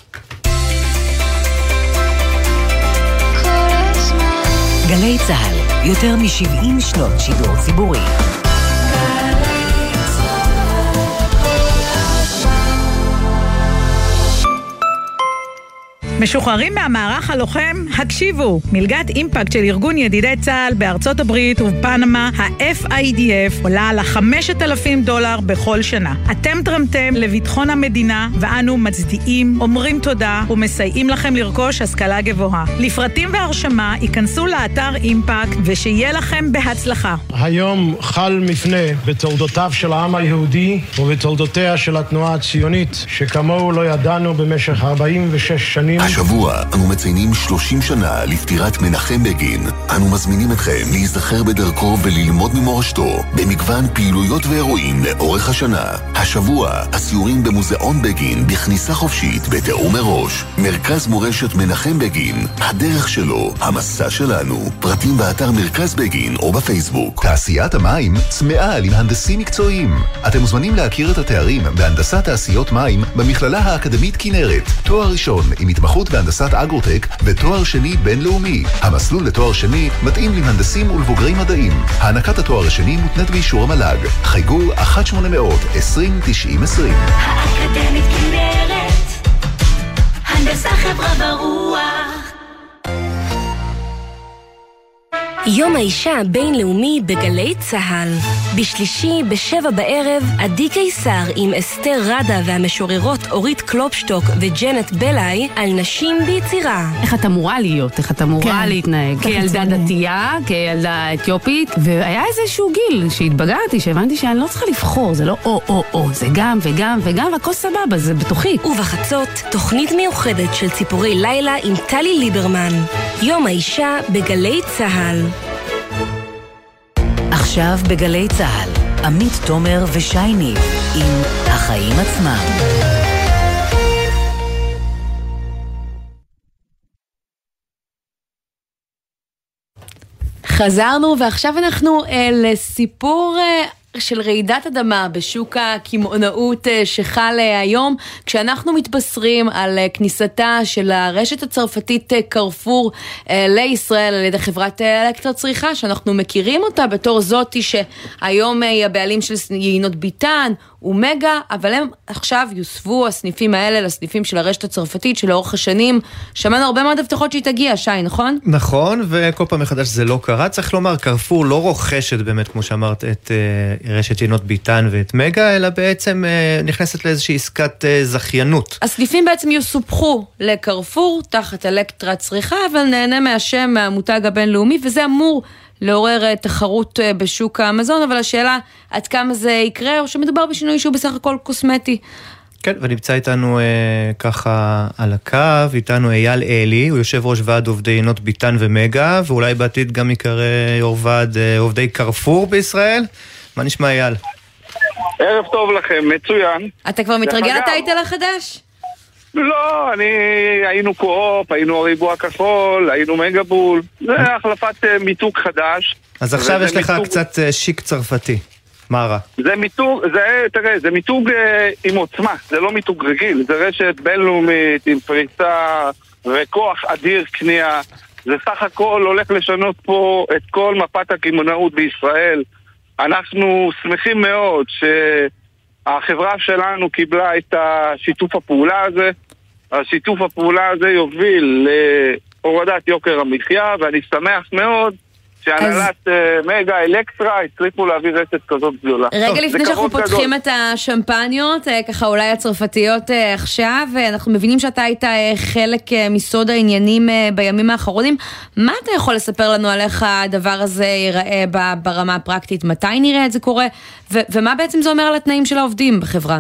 גלי צהל, יותר מ-שבעים שנות שידור ציבורי. משוחררים מהמערך הלוחם, הקשיבו. מלגת אימפקט של ארגון ידידי צה"ל בארצות הברית ובפנמה, ה-אף איי די אף, עולה על חמשת אלפים דולר בכל שנה. אתם תרמתם לביטחון המדינה, ואנו מצדיעים, אומרים תודה ומסייעים לכם לרכוש השכלה גבוהה. לפרטים והרשמה, ייכנסו לאתר אימפקט, ושיהיה לכם בהצלחה. היום חל מפנה בתולדותיו של העם היהודי ובתולדותיה של התנועה הציונית, שכמוהו לא ידענו במשך ארבעים ושש שנים. השבוע אנו מציינים שלושים שנה לפטירת מנחם בגין. אנו מזמינים אתכם להיזכר בדרכו וללמוד ממורשתו במגוון פעילויות ואירועים לאורך השנה. השבוע הסיורים במוזיאון בגין בכניסה חופשית בתיאום מראש. מרכז מורשת מנחם בגין, הדרך שלו, המסע שלנו. פרטים באתר מרכז בגין או בפייסבוק. תעשיית המים צמאה עם הנדסים מקצועיים. אתם מוזמנים להכיר את התארים בהנדסת תעשיות מים במכללה האקדמית כנרת. תואר ראשון עם התמחות בהנדסת אגרוטק ותואר שני בינלאומי. המסלול לתואר שני מתאים למהנדסים ולבוגרי מדעים. הענקת התואר השני מותנית באישור המל"ג. חייגו אחת שמונה אפס אפס עשרים תשעים עשרים. האקדמית כנרת, הנדסה חברה ורוח. יום האישה הבינלאומי בגלי צהל. בשלישי בשבע בערב, עדי קיסר עם אסתר רדה והמשוררות אורית קלופשטוק וג'נט בלאי על נשים ביצירה. איך את אמורה להיות, איך את אמורה להתנהג, כילדה דתייה, כילדה אתיופית, והיה איזשהו גיל שהתבגרתי, שהבנתי שאני לא צריכה לבחור, זה לא או או או, זה גם וגם וגם, והכל סבבה, זה בתוכי. ובחצות, תוכנית מיוחדת של ציפורי לילה עם טלי ליברמן. יום האישה בגלי צהל. עכשיו בגלי צהל, עמית תומר ושייני עם החיים עצמם. חזרנו ועכשיו אנחנו אה, לסיפור אה, של רעידת אדמה בשוק הקמעונאות שחל היום, כשאנחנו מתבשרים על כניסתה של הרשת הצרפתית קרפור לישראל על ידי חברת אלקטרה צריכה, שאנחנו מכירים אותה בתור זאתי שהיום היא הבעלים של יינות ביטן ומגה, אבל הם עכשיו יוספו הסניפים האלה לסניפים של הרשת הצרפתית שלאורך השנים שמענו הרבה מאוד הבטחות שהיא תגיע, שי, נכון? נכון, וכל פעם מחדש זה לא קרה. צריך לומר, קרפור לא רוכשת באמת, כמו שאמרת, את uh, רשת יינות ביטן ואת מגה, אלא בעצם uh, נכנסת לאיזושהי עסקת uh, זכיינות. הסניפים בעצם יסופחו לקרפור תחת אלקטרה צריכה, אבל נהנה מהשם מהמותג הבינלאומי, וזה אמור לעורר תחרות בשוק המזון, אבל השאלה עד כמה זה יקרה, או שמדובר בשינוי שהוא בסך הכל קוסמטי. כן, ונמצא איתנו אה, ככה על הקו, איתנו אייל אלי, הוא יושב ראש ועד עובדי יינות ביטן ומגה, ואולי בעתיד גם יקרא יו"ר ועד אה, עובדי קרפור בישראל. מה נשמע אייל? ערב טוב לכם, מצוין. אתה כבר מתרגל הטייטל החדש? לא, אני, היינו קו-אופ, היינו ריבוע כחול, היינו מגה-בול, זה החלפת מיתוג חדש. אז עכשיו יש לך מיתוג... קצת שיק צרפתי, מה רע? זה מיתוג, זה, תראה, זה מיתוג אה, עם עוצמה, זה לא מיתוג רגיל, זה רשת בינלאומית עם פריסה וכוח אדיר קנייה, זה סך הכל הולך לשנות פה את כל מפת הקמעונאות בישראל. אנחנו שמחים מאוד ש... החברה שלנו קיבלה את השיתוף הפעולה הזה. השיתוף הפעולה הזה יוביל להורדת יוקר המחיה, ואני שמח מאוד שהנהלת אז... מגה אלקטרה הצליחו להביא רשת כזאת גדולה. רגע לפני שאנחנו פותחים גדול. את השמפניות, ככה אולי הצרפתיות עכשיו, אנחנו מבינים שאתה היית חלק מסוד העניינים בימים האחרונים. מה אתה יכול לספר לנו על איך הדבר הזה ייראה ברמה הפרקטית? מתי נראה את זה קורה? ו- ומה בעצם זה אומר על התנאים של העובדים בחברה?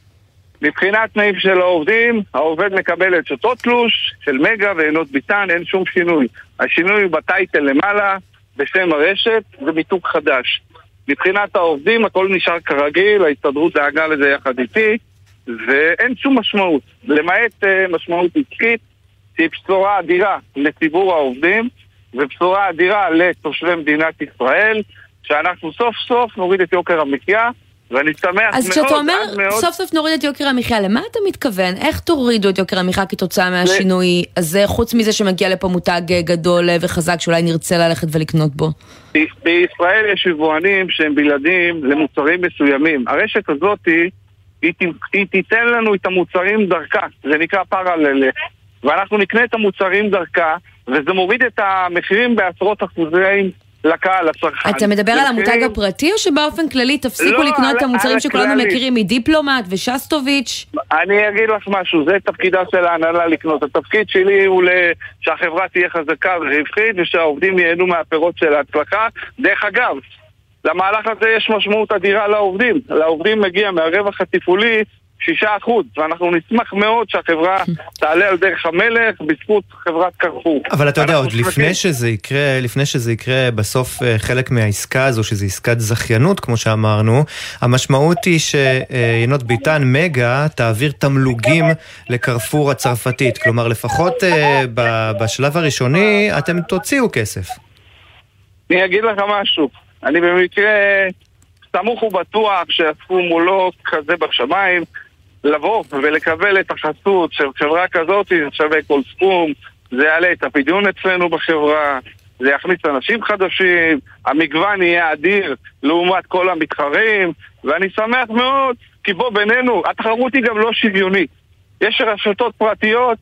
מבחינת תנאים של העובדים, העובד מקבל את אותו תלוש של מגה ויינות ביטן, אין שום שינוי. השינוי בטייטל למעלה, בשם הרשת, זה מיתוג חדש. מבחינת העובדים, הכל נשאר כרגיל, ההסתדרות דאגה לזה יחד איתי, ואין שום משמעות. למעט uh, משמעות עסקית, שהיא בשורה אדירה לציבור העובדים, ובשורה אדירה לתושבי מדינת ישראל, שאנחנו סוף סוף נוריד את יוקר המחיה, ואני שמח מאוד. אז כשאתה אומר, סוף סוף נוריד את יוקר המחיה, למה אתה מתכוון? איך תורידו את יוקר המחיה כתוצאה מהשינוי הזה, חוץ מזה שמגיע לפה מותג גדול וחזק, שאולי נרצה ללכת ולקנות בו? בישראל יש יבואנים שהם בלעדים למוצרים מסוימים. הרשת הזאת, היא תיתן לנו את המוצרים דרכה, זה נקרא פרלל, ואנחנו נקנה את המוצרים דרכה, וזה מוריד את המחירים בעשרות אחוזים לקהל, לצרכן. אתה מדבר על המותג הפרטי או שבאופן כללי תפסיקו לקנות את המוצרים שכולנו מכירים מדיפלומט ושסטוביץ'? אני אגיד לך משהו, זה תפקידה של ההנהלה לקנות. התפקיד שלי הוא שהחברה תהיה חזקה ורווחית ושהעובדים ייהנו מהפירות של ההצלחה. דרך אגב, למהלך הזה יש משמעות אדירה לעובדים. לעובדים מגיע מהרווח התפעולי שישה אחוז, ואנחנו נשמח מאוד שהחברה תעלה על דרך המלך בזכות חברת קרפור. אבל אתה יודע, עוד לפני שזה יקרה, לפני שזה יקרה בסוף חלק מהעסקה הזו, שזה עסקת זכיינות, כמו שאמרנו, המשמעות היא שיינות ביטן מגה תעביר תמלוגים לקרפור הצרפתית. כלומר, לפחות בשלב הראשוני אתם תוציאו כסף. אני אגיד לך משהו. אני במקרה סמוך ובטוח שהסכום הוא לא כזה בשמיים, לבוא ולקבל את החסות של חברה כזאת, זה שווה כל סכום, זה יעלה את הפדיון אצלנו בחברה, זה יכניס אנשים חדשים, המגוון יהיה אדיר לעומת כל המתחרים, ואני שמח מאוד, כי בוא בינינו, התחרות היא גם לא שוויונית. יש רשתות פרטיות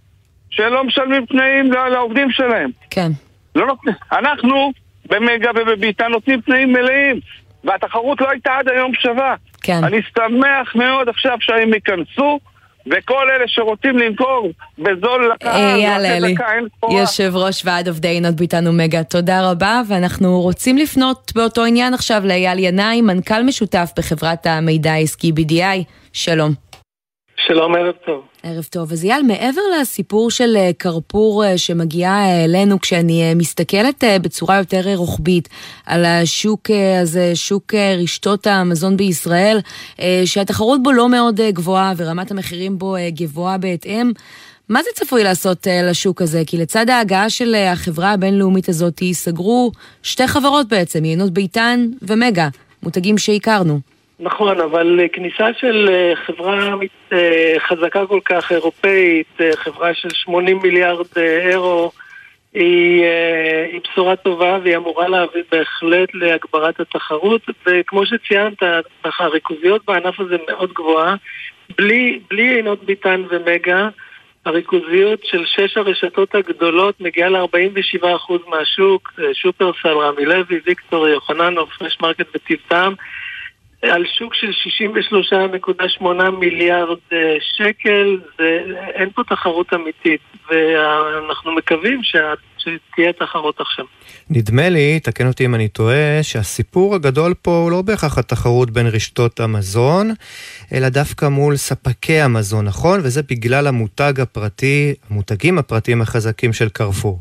שלא משלמים תנאים לעובדים שלהם. כן. לא נותנים. אנחנו במגה ובביטן נותנים תנאים מלאים, והתחרות לא הייתה עד היום שווה. כן. אני שמח מאוד עכשיו שהם ייכנסו, וכל אלה שרוצים למכור בזול לקהל, אייל אלי, יושב ראש ועד עובדי יינות ביטן ומגה, תודה רבה, ואנחנו רוצים לפנות באותו עניין עכשיו לאייל ינאי, מנכ"ל משותף בחברת המידע העסקי בי די איי, שלום. שלום, ערב טוב. ערב טוב. אז אייל, מעבר לסיפור של קרפור שמגיעה אלינו, כשאני מסתכלת בצורה יותר רוחבית על השוק הזה, שוק רשתות המזון בישראל, שהתחרות בו לא מאוד גבוהה ורמת המחירים בו גבוהה בהתאם, מה זה צפוי לעשות לשוק הזה? כי לצד ההגעה של החברה הבינלאומית הזאת, סגרו שתי חברות בעצם, יינות ביטן ומגה. המותגים שהכרנו. נכון, אבל כניסה של חברה חזקה כל כך אירופאית, חברה של שמונים מיליארד אירו, היא, היא בשורה טובה והיא אמורה להביא בהחלט להגברת התחרות, וכמו שציינת, הריכוזיות בענף הזה מאוד גבוהה, בלי, בלי עינות ביטן ומגה, הריכוזיות של שש הרשתות הגדולות מגיעה ל-ארבעים ושבעה אחוז מהשוק, שופרסל, רמי לוי, ויקטור, יוחננוף, פרש מרקט וטיב טעם, על שוק של שישים ושלוש נקודה שמונה מיליארד שקל, אין פה תחרות אמיתית, ואנחנו מקווים שתהיה תחרות עכשיו. נדמה לי, תקן אותי אם אני טועה, שהסיפור הגדול פה הוא לא בהכרח התחרות בין רשתות המזון, אלא דווקא מול ספקי המזון, נכון? וזה בגלל המותג הפרטי, המותגים הפרטיים החזקים של קרפור.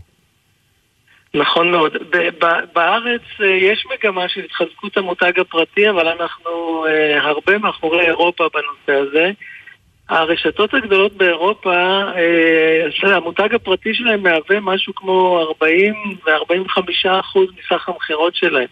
נכון מאוד. בארץ יש מגמה של התחזקות המותג הפרטי, אבל אנחנו הרבה מאחורי אירופה בנושא הזה. הרשתות הגדולות באירופה, המותג הפרטי שלהם מהווה משהו כמו ארבעים ו-ארבעים וחמישה אחוז מסך המחירות שלהם.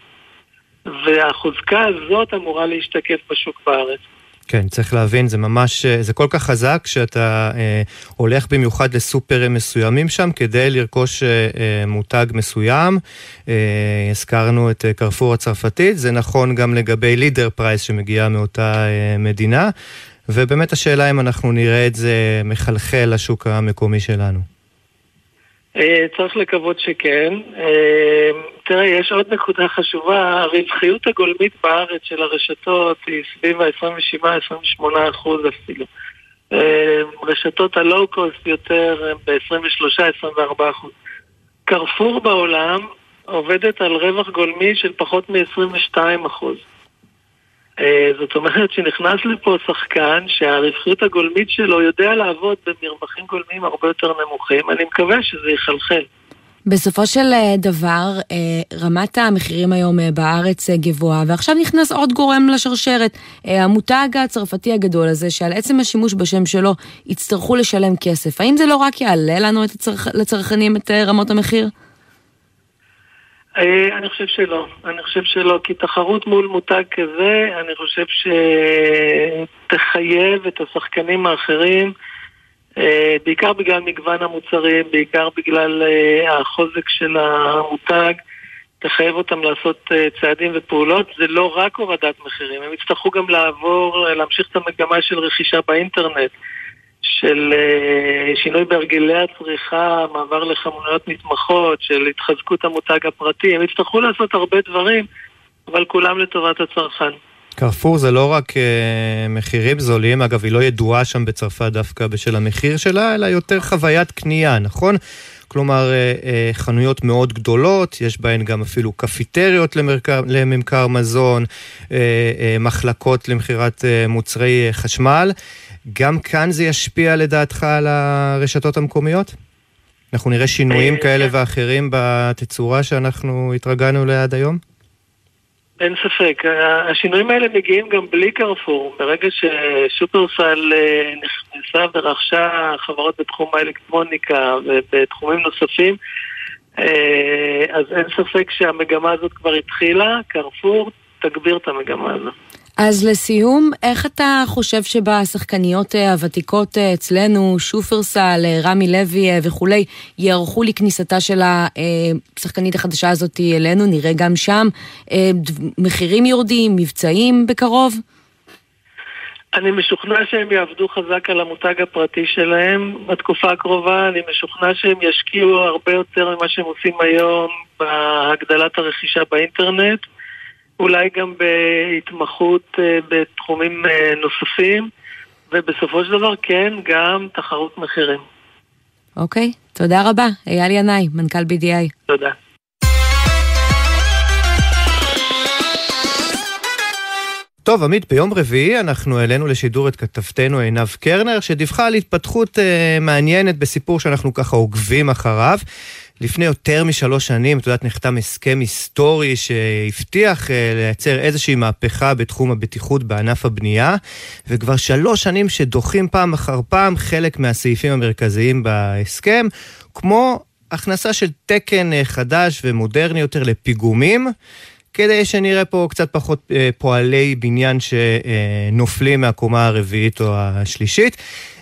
והחוזקה הזאת אמורה להשתקף בשוק בארץ. כן, צריך להבין, זה ממש, זה כל כך חזק שאתה אה, הולך במיוחד לסופרים מסוימים שם כדי לרכוש אה, מותג מסוים. אה, הזכרנו את קרפור הצרפתית, זה נכון גם לגבי לידר פרייס שמגיעה מאותה אה, מדינה, ובאמת השאלה אם אנחנו נראה את זה מחלחל לשוק המקומי שלנו. צריך לקוות שכן. תראה, יש עוד נקודה חשובה, הרווחיות הגולמית בארץ של הרשתות היא סביב ה-עשרים ושבעה עד עשרים ושמונה אחוז אפילו. רשתות הלואו-קוסט יותר ב-עשרים ושלושה עד עשרים וארבעה אחוז. קרפור בעולם עובדת על רווח גולמי של פחות מ-עשרים ושתיים אחוז. זאת אומרת שנכנס לפה שחקן שהרווחיות הגולמית שלו יודע לעבוד במרווחים גולמיים הרבה יותר נמוכים. אני מקווה שזה יחלחל. בסופו של דבר, רמת המחירים היום בארץ גבוהה, ועכשיו נכנס עוד גורם לשרשרת, המותג הצרפתי הגדול הזה, שעל עצם השימוש בשם שלו יצטרכו לשלם כסף. האם זה לא רק יעלה לנו את הצרכ... לצרכנים את רמות המחיר? אני חושב שלא, אני חושב שלא, כי תחרות מול מותג כזה, אני חושב שתחייב את השחקנים האחרים, בעיקר בגלל מגוון המוצרים, בעיקר בגלל החוזק של המותג, תחייב אותם לעשות צעדים ופעולות. זה לא רק הורדת מחירים, הם יצטרכו גם לעבור, להמשיך את המגמה של רכישה באינטרנט, של שינוי בהרגלי הצריכה, מעבר לחמוניות נתמכות, של התחזקות המותג הפרטי. הם יצטרכו לעשות הרבה דברים, אבל כולם לטובת הצרכן. קרפור זה לא רק מחירים זולים, אגב היא לא ידועה שם בצרפת דווקא בשל המחיר שלה, אלא יותר חוויית קנייה, נכון? כלומר חנויות מאוד גדולות, יש בהן גם אפילו קפיטריות לממכר, לממכר מזון, מחלקות למכירת מוצרי חשמל. גם כאן זה ישפיע לדעתך על הרשתות המקומיות? אנחנו נראה שינויים כאלה ואחרים בתצורה שאנחנו התרגלנו ליד היום? אין ספק. השינויים האלה מגיעים גם בלי קרפור. ברגע ששופרסל נכנסה ורכשה חברות בתחום האלקטרוניקה ובתחומים נוספים, אז אין ספק שהמגמה הזאת כבר התחילה. קרפור תגביר את המגמה הזאת. אז לסיום, איך אתה חושב שבשחקניות הוותיקות אצלנו, שופרסל, רמי לוי וכולי, יערכו לכניסתה של השחקנית החדשה הזאת אלינו? נראה גם שם מחירים יורדים, מבצעים בקרוב? אני משוכנע שהם יעבדו חזק על המותג הפרטי שלהם בתקופה הקרובה. אני משוכנע שהם ישקיעו הרבה יותר ממה שהם עושים היום בהגדלת הרכישה באינטרנט, אולי גם בהתמחות בתחומים נוספים, ובסופו של דבר כן, גם תחרות מחירים. אוקיי, תודה רבה. אייל ינאי, מנכ"ל בי די איי. תודה. טוב, עמית, ביום רביעי אנחנו העלינו לשידור את כתבתנו עינב קרנר, שדיווחה על התפתחות אה, מעניינת בסיפור שאנחנו ככה עוקבים אחריו. לפני יותר משלוש שנים, את יודעת, נחתם הסכם היסטורי שהבטיח אה, לייצר איזושהי מהפכה בתחום הבטיחות בענף הבנייה, וכבר שלוש שנים שדוחים פעם אחר פעם חלק מהסעיפים המרכזיים בהסכם, כמו הכנסה של תקן חדש ומודרני יותר לפיגומים, כדי שנראה פה קצת פחות פועלי בניין שנופלים מהקומה הרביעית או השלישית.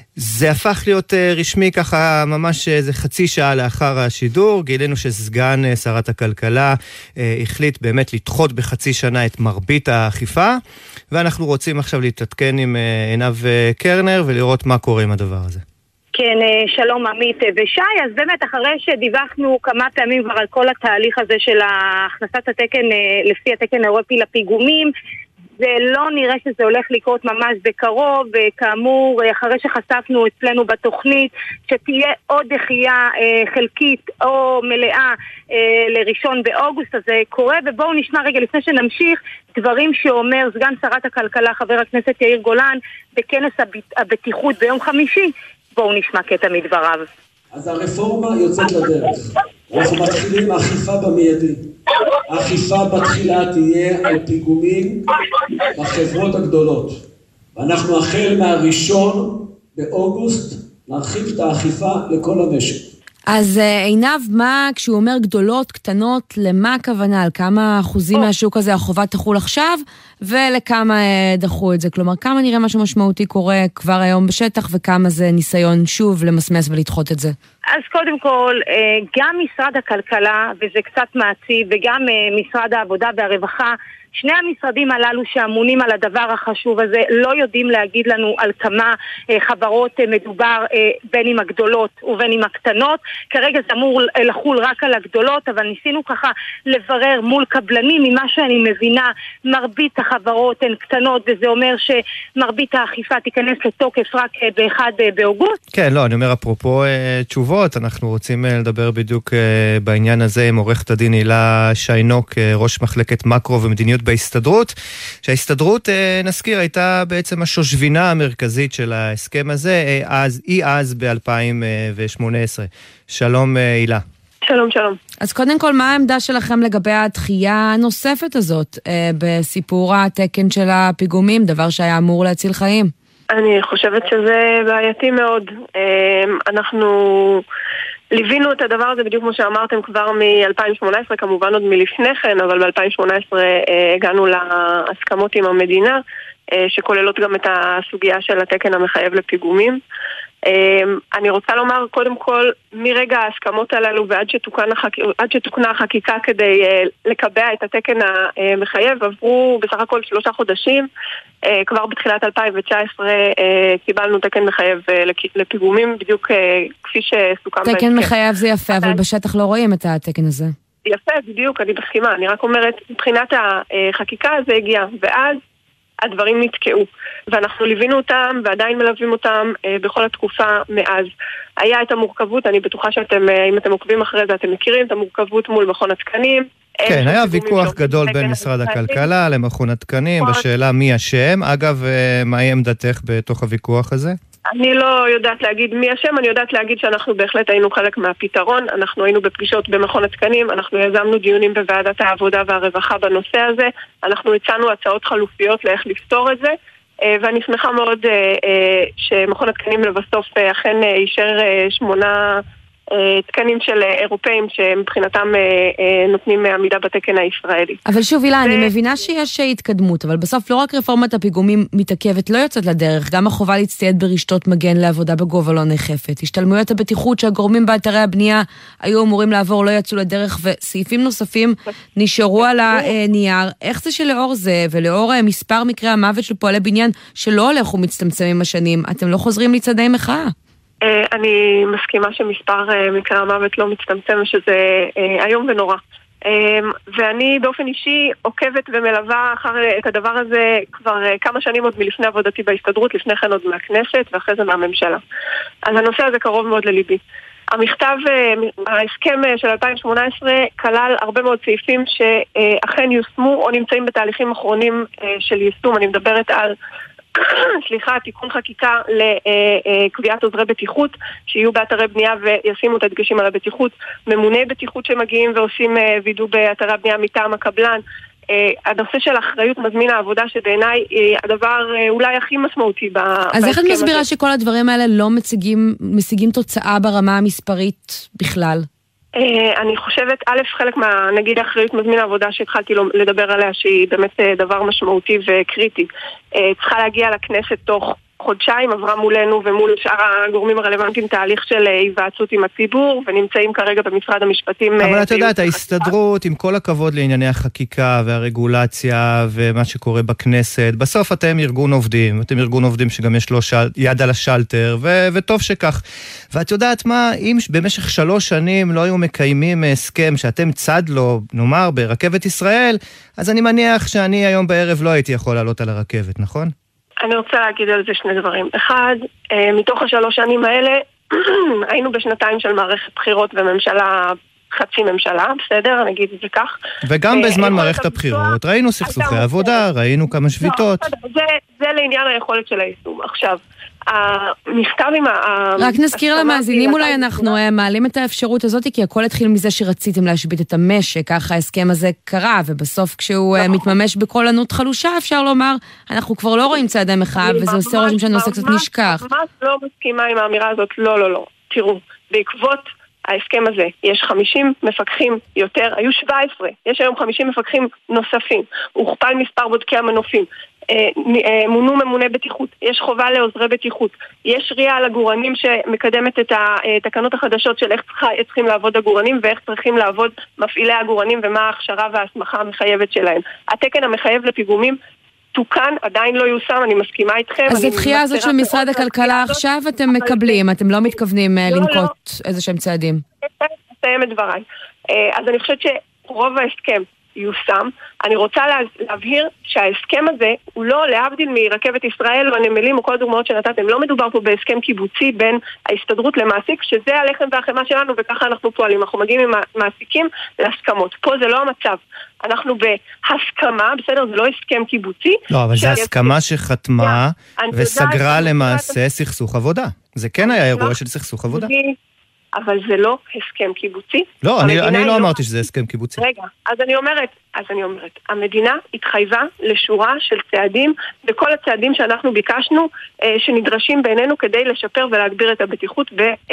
זה הפך להיות רשמי ככה ממש איזה חצי שעה לאחר השידור, גילינו שסגן שרת הכלכלה החליט באמת לדחות בחצי שנה את מרבית האכיפה, ואנחנו רוצים עכשיו להתעדכן עם עינב קרנר ולראות מה קורה עם הדבר הזה. כן, שלום עמית ושי, אז באמת אחרי שדיווחנו כמה פעמים כבר על כל התהליך הזה של הכנסת התקן לפי התקן האירופי לפיגומים, זה לא נראה שזה הולך לקרות ממש בקרוב, וכאמור, אחרי שחשפנו אצלנו בתוכנית, שתהיה עוד דחייה אה, חלקית או מלאה אה, לראשון באוגוסט, אז זה קורה, ובואו נשמע רגע לפני שנמשיך, דברים שאומר סגן שרת הכלכלה, חבר הכנסת יאיר גולן, בכנס הבטיחות ביום חמישי, בואו נשמע קטע מדבריו. אז הרפורמה יוצאת לדרך. אנחנו מתחילים אכיפה במיידי. האכיפה בתחילה תהיה על פיגומים בחברות הגדולות. ואנחנו החל מהראשון באוגוסט נרחיב את האכיפה לכל המשק. אז עינב, מה כשהוא אומר גדולות, קטנות, למה הכוונה? על כמה אחוזים מהשוק הזה החובה תחול עכשיו, ולכמה דחו את זה? כלומר, כמה נראה משהו משמעותי קורה כבר היום בשטח, וכמה זה ניסיון שוב למסמס ולדחות את זה? אז קודם כל, גם משרד הכלכלה, וזה קצת מעציב, וגם משרד העבודה והרווחה, שני המשרדים הללו שאמונים על הדבר החשוב הזה לא יודעים להגיד לנו על כמה אה, חברות אה, מדובר אה, בין עם הגדולות ובין עם הקטנות. כרגע זה אמור לחול רק על הגדולות, אבל ניסינו ככה לברר מול קבלנים. ממה שאני מבינה, מרבית החברות הן קטנות, וזה אומר שמרבית האכיפה תיכנס לתוקף רק אה, באחד אה, באוגוסט. כן, לא, אני אומר אפרופו אה, תשובות, אנחנו רוצים אה, לדבר בדיוק אה, בעניין הזה עם עורכת הדין הילה שיינוק, אה, ראש מחלקת מקרו ומדיניות בהסתדרות, שההסתדרות, נזכיר, הייתה בעצם השושבינה המרכזית של ההסכם הזה, אז, היא אז ב-אלפיים שמונה עשרה. שלום הילה. שלום, שלום. אז קודם כל, מה העמדה שלכם לגבי התחייה הנוספת הזאת בסיפור התקן של הפיגומים, דבר שהיה אמור להציל חיים? אני חושבת שזה בעייתי מאוד. אנחנו ליווינו את הדבר הזה בדיוק כמו שאמרתם כבר מ-אלפיים שמונה עשרה, כמובן עוד מלפני כן, אבל ב-אלפיים שמונה עשרה הגענו להסכמות עם המדינה, שכוללות גם את הסוגיה של התקן המחייב לפיגומים. אני רוצה לומר קודם כל, מרגע ההסכמות הללו ועד שתוקנה, עד שתוקנה החקיקה כדי לקבע את התקן המחייב, עברו בסך הכל שלושה חודשים. כבר בתחילת אלפיים תשע עשרה קיבלנו תקן מחייב לפיגומים, בדיוק כפי שסוכם. תקן מחייב זה יפה, אבל בשטח לא רואים את התקן הזה. יפה, בדיוק, אני מסכימה. אני רק אומרת, מבחינת החקיקה זה הגיע, ואז הדברים נתקעו, ואנחנו ליווינו אותם ועדיין מלווים אותם אה, בכל התקופה מאז. היה את המורכבות, אני בטוחה שאתם, אה, אם אתם עוקבים אחרי זה, אתם מכירים את המורכבות מול מכון התקנים. כן, היה ויכוח גדול בין משרד הכלכלה למכון התקנים, בשאלה מי השם. אגב, אה, מהי עמדתך בתוך הוויכוח הזה? אני לא יודעת להגיד מי השם, אני יודעת להגיד שאנחנו בהחלט היינו חלק מהפתרון, אנחנו היינו בפגישות במכון התקנים, אנחנו יזמנו דיונים בוועדת העבודה והרווחה בנושא הזה, אנחנו הצענו הצעות חלופיות לאיך לפתור את זה, ואני שמחה מאוד שמכון התקנים לבסוף אכן יישאר שמונה תקנים של אירופאים שמבחינתם נותנים עמידה בתקן הישראלי. אבל שוב הילה, אני מבינה שיש התקדמות, אבל בסוף לא רק רפורמת הפיגומים מתעכבת, לא יוצאת לדרך, גם החובה להצטייד ברשתות מגן לעבודה בגובה לא נאכפת. השתלמויות הבטיחות שהגורמים באתרי הבנייה היו אמורים לעבור לא יצאו לדרך, וסעיפים נוספים נשארו על הנייר. איך זה שלאור זה, ולאור מספר מקרי המוות של פועלי בניין שלא הולך ומצטמצם עם השנים, אתם לא חוזרים לצעדי מחאה? אני מסכימה שמספר מקרי המוות לא מצטמצם, שזה היום ונורא. ואני באופן אישי עוקבת ומלווה אחר את הדבר הזה כבר כמה שנים עוד מלפני עבודתי בהסתדרות, לפני כן עוד מהכנסת ואחרי זה מהממשלה. אז הנושא הזה קרוב מאוד לליבי. המכתב, ההסכם של אלפיים שמונה עשרה כלל הרבה מאוד סעיפים שאכן יושמו או נמצאים בתהליכים אחרונים של יישום. אני מדברת על סליחה, תיקון חקיקה לקביעת עוזרי בטיחות שיהיו באתרי בנייה וישימו את הדגשים על הבטיחות, ממוני בטיחות שמגיעים ועושים וידוא באתרי בנייה מטעם הקבלן, הנושא של אחריות מזמין העבודה שבעיניי הדבר אולי הכי משמעותי בהסכם הזה. אז איך את מסבירה שכל הדברים האלה לא משיגים, משיגים תוצאה ברמה המספרית בכלל? אני חושבת, א', חלק מה, נגיד, האחריות מזמין העבודה שהתחלתי לדבר עליה, שהיא באמת דבר משמעותי וקריטי. צריכה להגיע לכנסת תוך חודשיים, עברה מולנו ומול שאר הגורמים הרלוונטיים תהליך של היוועצות עם הציבור, ונמצאים כרגע במשרד המשפטים. אבל את יודעת, ההסתדרות, עם כל הכבוד לענייני החקיקה והרגולציה ומה שקורה בכנסת, בסוף אתם ארגון עובדים, אתם ארגון עובדים שגם יש לו של... יד על השלטר, ו... וטוב שכך. ואת יודעת מה, אם במשך שלוש שנים לא היו מקיימים הסכם שאתם צד לו, נאמר, ברכבת ישראל, אז אני מניח שאני היום בערב לא הייתי יכול לעלות על הרכבת, נכון? אני רוצה להגיד על זה שני דברים. אחד, מתוך השלוש שנים האלה, היינו בשנתיים של מערכת בחירות וממשלה, חצי ממשלה, בסדר? נגיד את זה כך. וגם בזמן מערכת הבחירות, ראינו סכסוכי עבודה, ראינו כמה שביתות. זה לעניין היכולת של היישום. עכשיו, המכתב עם ה... רק נזכיר למאזינים, אולי אנחנו מעלים את האפשרות הזאת, כי הכל התחיל מזה שרציתם להשבית את המשק, ככה ההסכם הזה קרה, ובסוף כשהוא מתממש בכל ענות חלושה, אפשר לומר, אנחנו כבר לא רואים צעדי מחאה, וזה עושה רושם שהנושא קצת נשכח. ממש לא מסכימה עם האמירה הזאת, לא, לא, לא. תראו, בעקבות ההסכם הזה, יש חמישים מפקחים יותר, היו שבע עשרה, יש היום חמישים מפקחים נוספים, הוכפל מספר בודקי המנופים, מונו ממוני בטיחות, יש חובה לעוזרי בטיחות, יש ריאה על הגורנים שמקדמת את התקנות החדשות של איך צריכים לעבוד הגורנים ואיך צריכים לעבוד מפעילי הגורנים ומה ההכשרה וההסמכה המחייבת שלהם. התקן המחייב לפיגומים תוקן, עדיין לא יושם, אני מסכימה איתכם. אז הדחייה הזאת של משרד הכלכלה עכשיו אתם מקבלים, אתם לא מתכוונים לנקוט איזה שהם צעדים. אסיים את דבריי. אז אני חושבת שרוב ההסכם יושם. אני רוצה להבהיר שההסכם הזה הוא לא להבדיל מרכבת ישראל או הנמלים או כל הדוגמאות שנתתם. לא מדובר פה בהסכם קיבוצי בין ההסתדרות למעסיק, שזה הלחם והחמה שלנו וככה אנחנו פועלים. אנחנו מגיעים עם מעסיקים להסכמות. פה זה לא המצב. אנחנו בהסכמה, בסדר, זה לא הסכם קיבוצי. לא, אבל זה הסכמה שחתמה וסגרה למעשה סכסוך עבודה. זה כן היה אירוע של סכסוך עבודה. אבל זה לא הסכם קיבוצי. לא, אני, אני לא אמרתי שזה הסכם קיבוצי. רגע, אז אני אומרת, אז אני אומרת, המדינה התחייבה לשורה של צעדים, וכל הצעדים שאנחנו ביקשנו, אה, שנדרשים בינינו כדי לשפר ולהגביר את הבטיחות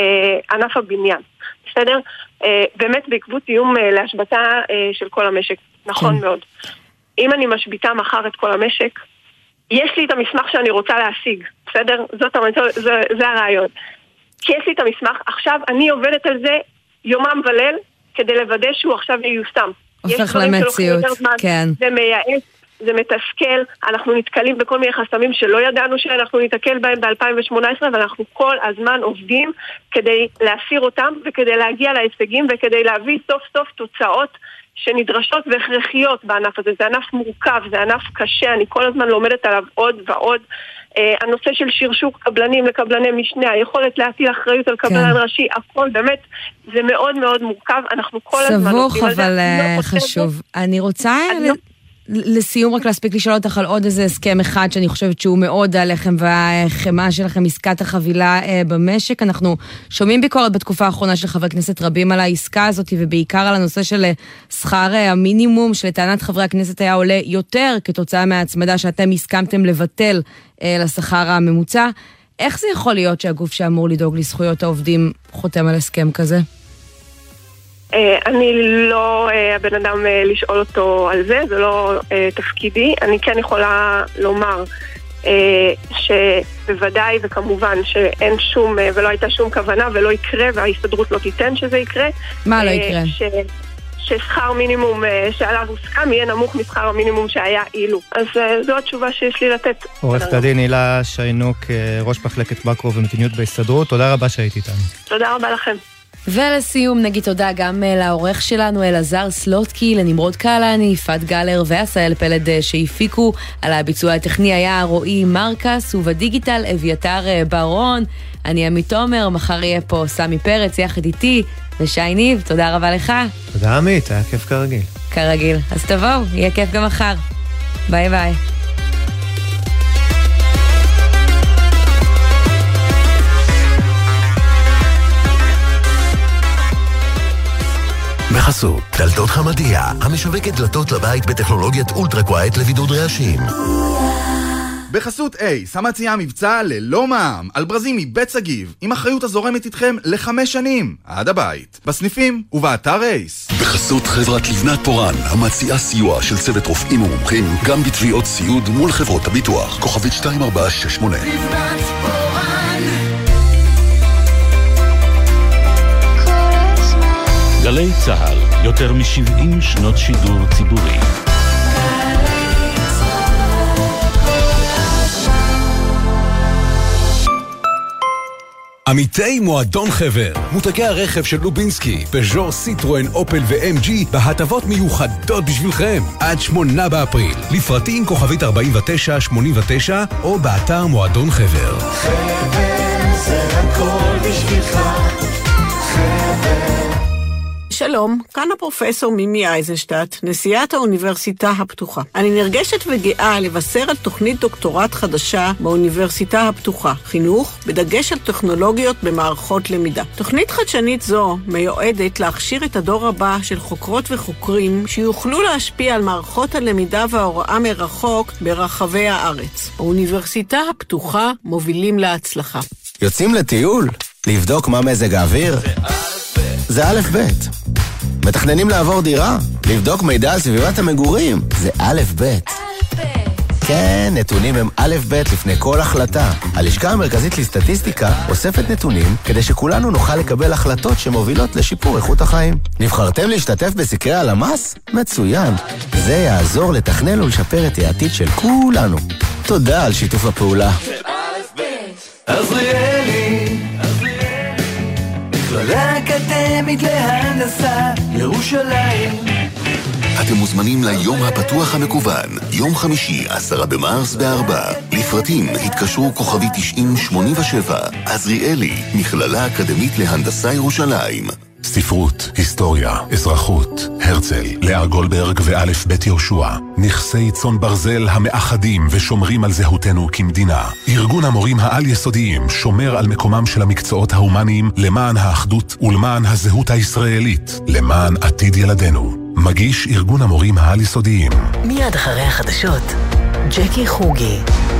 בענף הבניין. בסדר? אה, באמת בעקבות איום אה, להשבתה אה, של כל המשק. נכון מאוד. אם אני משביתה מחר את כל המשק, יש לי את המסמך שאני רוצה להשיג. בסדר? זאת, זה, זה הרעיון. כי יש לי את המסמך, עכשיו אני עובדת על זה יומם וליל, כדי לוודא שהוא עכשיו ייושם. הופך למציאות, כן. זה מייעץ, זה מתסכל, אנחנו נתקלים בכל מיני חסמים שלא ידענו שאנחנו נתקל בהם ב-אלפיים שמונה עשרה, ואנחנו כל הזמן עובדים כדי להסיר אותם, וכדי להגיע להישגים, וכדי להביא סוף סוף תוצאות שנדרשות והכרחיות בענף הזה. זה ענף מורכב, זה ענף קשה, אני כל הזמן לומדת עליו עוד ועוד. Uh, הנושא של שרשוק קבלנים לקבלני משנה, היכולת להטיל אחריות על קבלן כן. ראשי, הכל באמת, זה מאוד מאוד מורכב, אנחנו כל הזמן סבוך, אבל לא חשוב. אני רוצה ל... לא... לסיום רק להספיק לשאול אותך על עוד איזה הסכם אחד שאני חושבת שהוא מאוד הלחם והחמה שלכם, עסקת החבילה אה, במשק. אנחנו שומעים ביקורת בתקופה האחרונה של חבר כנסת רבים על העסקה הזאת, ובעיקר על הנושא של שכר אה, המינימום, שלטענת חברי הכנסת היה עולה יותר כתוצאה מההצמדה שאתם הסכמתם לבטל אה, לשכר הממוצע. איך זה יכול להיות שהגוף שאמור לדאוג לזכויות העובדים חותם על הסכם כזה? אני לא הבן אדם לשאול אותו על זה, זה לא תפקידי. אני כן יכולה לומר שבוודאי וכמובן שאין שום ולא הייתה שום כוונה ולא יקרה, וההסתדרות לא תיתן שזה יקרה. מה לא יקרה? ששכר מינימום שעליו הוסכם יהיה נמוך משכר המינימום שהיה אילו. אז זו התשובה שיש לי לתת. עורכת הדין הילה שיינוק, ראש מחלקת מקרו ומדיניות בהסתדרות, תודה רבה שהיית איתנו. תודה רבה לכם. ולסיום נגיד תודה גם לעורך שלנו אלעזר סלוטקי, לנמרוד קלני, יפעת גלר ועשאל פלד שהפיקו. על הביצוע הטכני היה רועי מרקס, ובדיגיטל אביתר ברון. אני עמית תומר, מחר יהיה פה סמי פרץ יחד איתי ושי ניב. תודה רבה לך. תודה עמית, היה כיף כרגיל. כרגיל, אז תבואו, יהיה כיף גם מחר. ביי ביי. בחסות דלתות חמדיה, המשווקת דלתות לבית בטכנולוגיית אולטרה קווייט לבידוד רעשים. בחסות אייס, המציעה מבצע ללא מע"מ על ברזים מבית סגיב, עם אחריות הזורמת איתכם לחמש שנים, עד הבית, בסניפים ובאתר אייס. בחסות חברת לבנת פורן, המציעה סיוע של צוות רופאים ומומחים, גם בתביעות סיוד מול חברות הביטוח. כוכבית שתיים ארבע שש שמונה. לבנת פורן. גלי צהל, יותר מ-שבעים שנות שידור ציבורי. עמיתי מועדון חבר, מותגי הרכב של לובינסקי, פז'ור, סיטרואן, אופל ו-אם ג'י בהטבות מיוחדות בשבילכם עד שמונה באפריל. לפרטים כוכבית ארבעים ותשע שמונים ותשע או באתר מועדון חבר. חבר זה הכל בשבילך. חבר. שלום, כאן הפרופסור מימי אייזנשטט, נשיאת האוניברסיטה הפתוחה. אני נרגשת וגאה לבשר על תוכנית דוקטורט חדשה באוניברסיטה הפתוחה, חינוך בדגש על טכנולוגיות במערכות למידה. תוכנית חדשנית זו מיועדת להכשיר את הדור הבא של חוקרות וחוקרים שיוכלו להשפיע על מערכות הלמידה וההוראה מרחוק ברחבי הארץ. האוניברסיטה הפתוחה מובילים להצלחה. יוצאים לטיול? לבדוק מה מזג האוויר? זה א' ב'. מתכננים לעבור דירה? לבדוק מידע על סביבת המגורים? זה א' ב'. כן, נתונים הם א' ב' לפני כל החלטה. הלשכה המרכזית לסטטיסטיקה אוספת נתונים כדי שכולנו נוכל לקבל החלטות שמובילות לשיפור איכות החיים. נבחרתם להשתתף בסקרי הלמ"ס? מצוין. זה יעזור לתכנן ולשפר את העתיד של כולנו. תודה על שיתוף הפעולה. עזריאלי, מכללה אקדמית להנדסה, ירושלים. אתם מוזמנים ליום הפתוח המקוון, יום חמישי, עשרה במרס בארבע. לפרטים התקשרו כוכבי תשעים שמונים ושבע. עזריאלי, מכללה אקדמית להנדסה ירושלים. ספרות, היסטוריה, אזרחות, הרצל, לאה גולדברג ואלף בית יהושע. נכסי צאן ברזל המאחדים ושומרים על זהותנו כמדינה. ארגון המורים העל-יסודיים שומר על מקומם של המקצועות ההומניים למען האחדות ולמען הזהות הישראלית, למען עתיד ילדינו. מגיש ארגון המורים העל-יסודיים. מיד אחרי החדשות, ג'קי חוגי.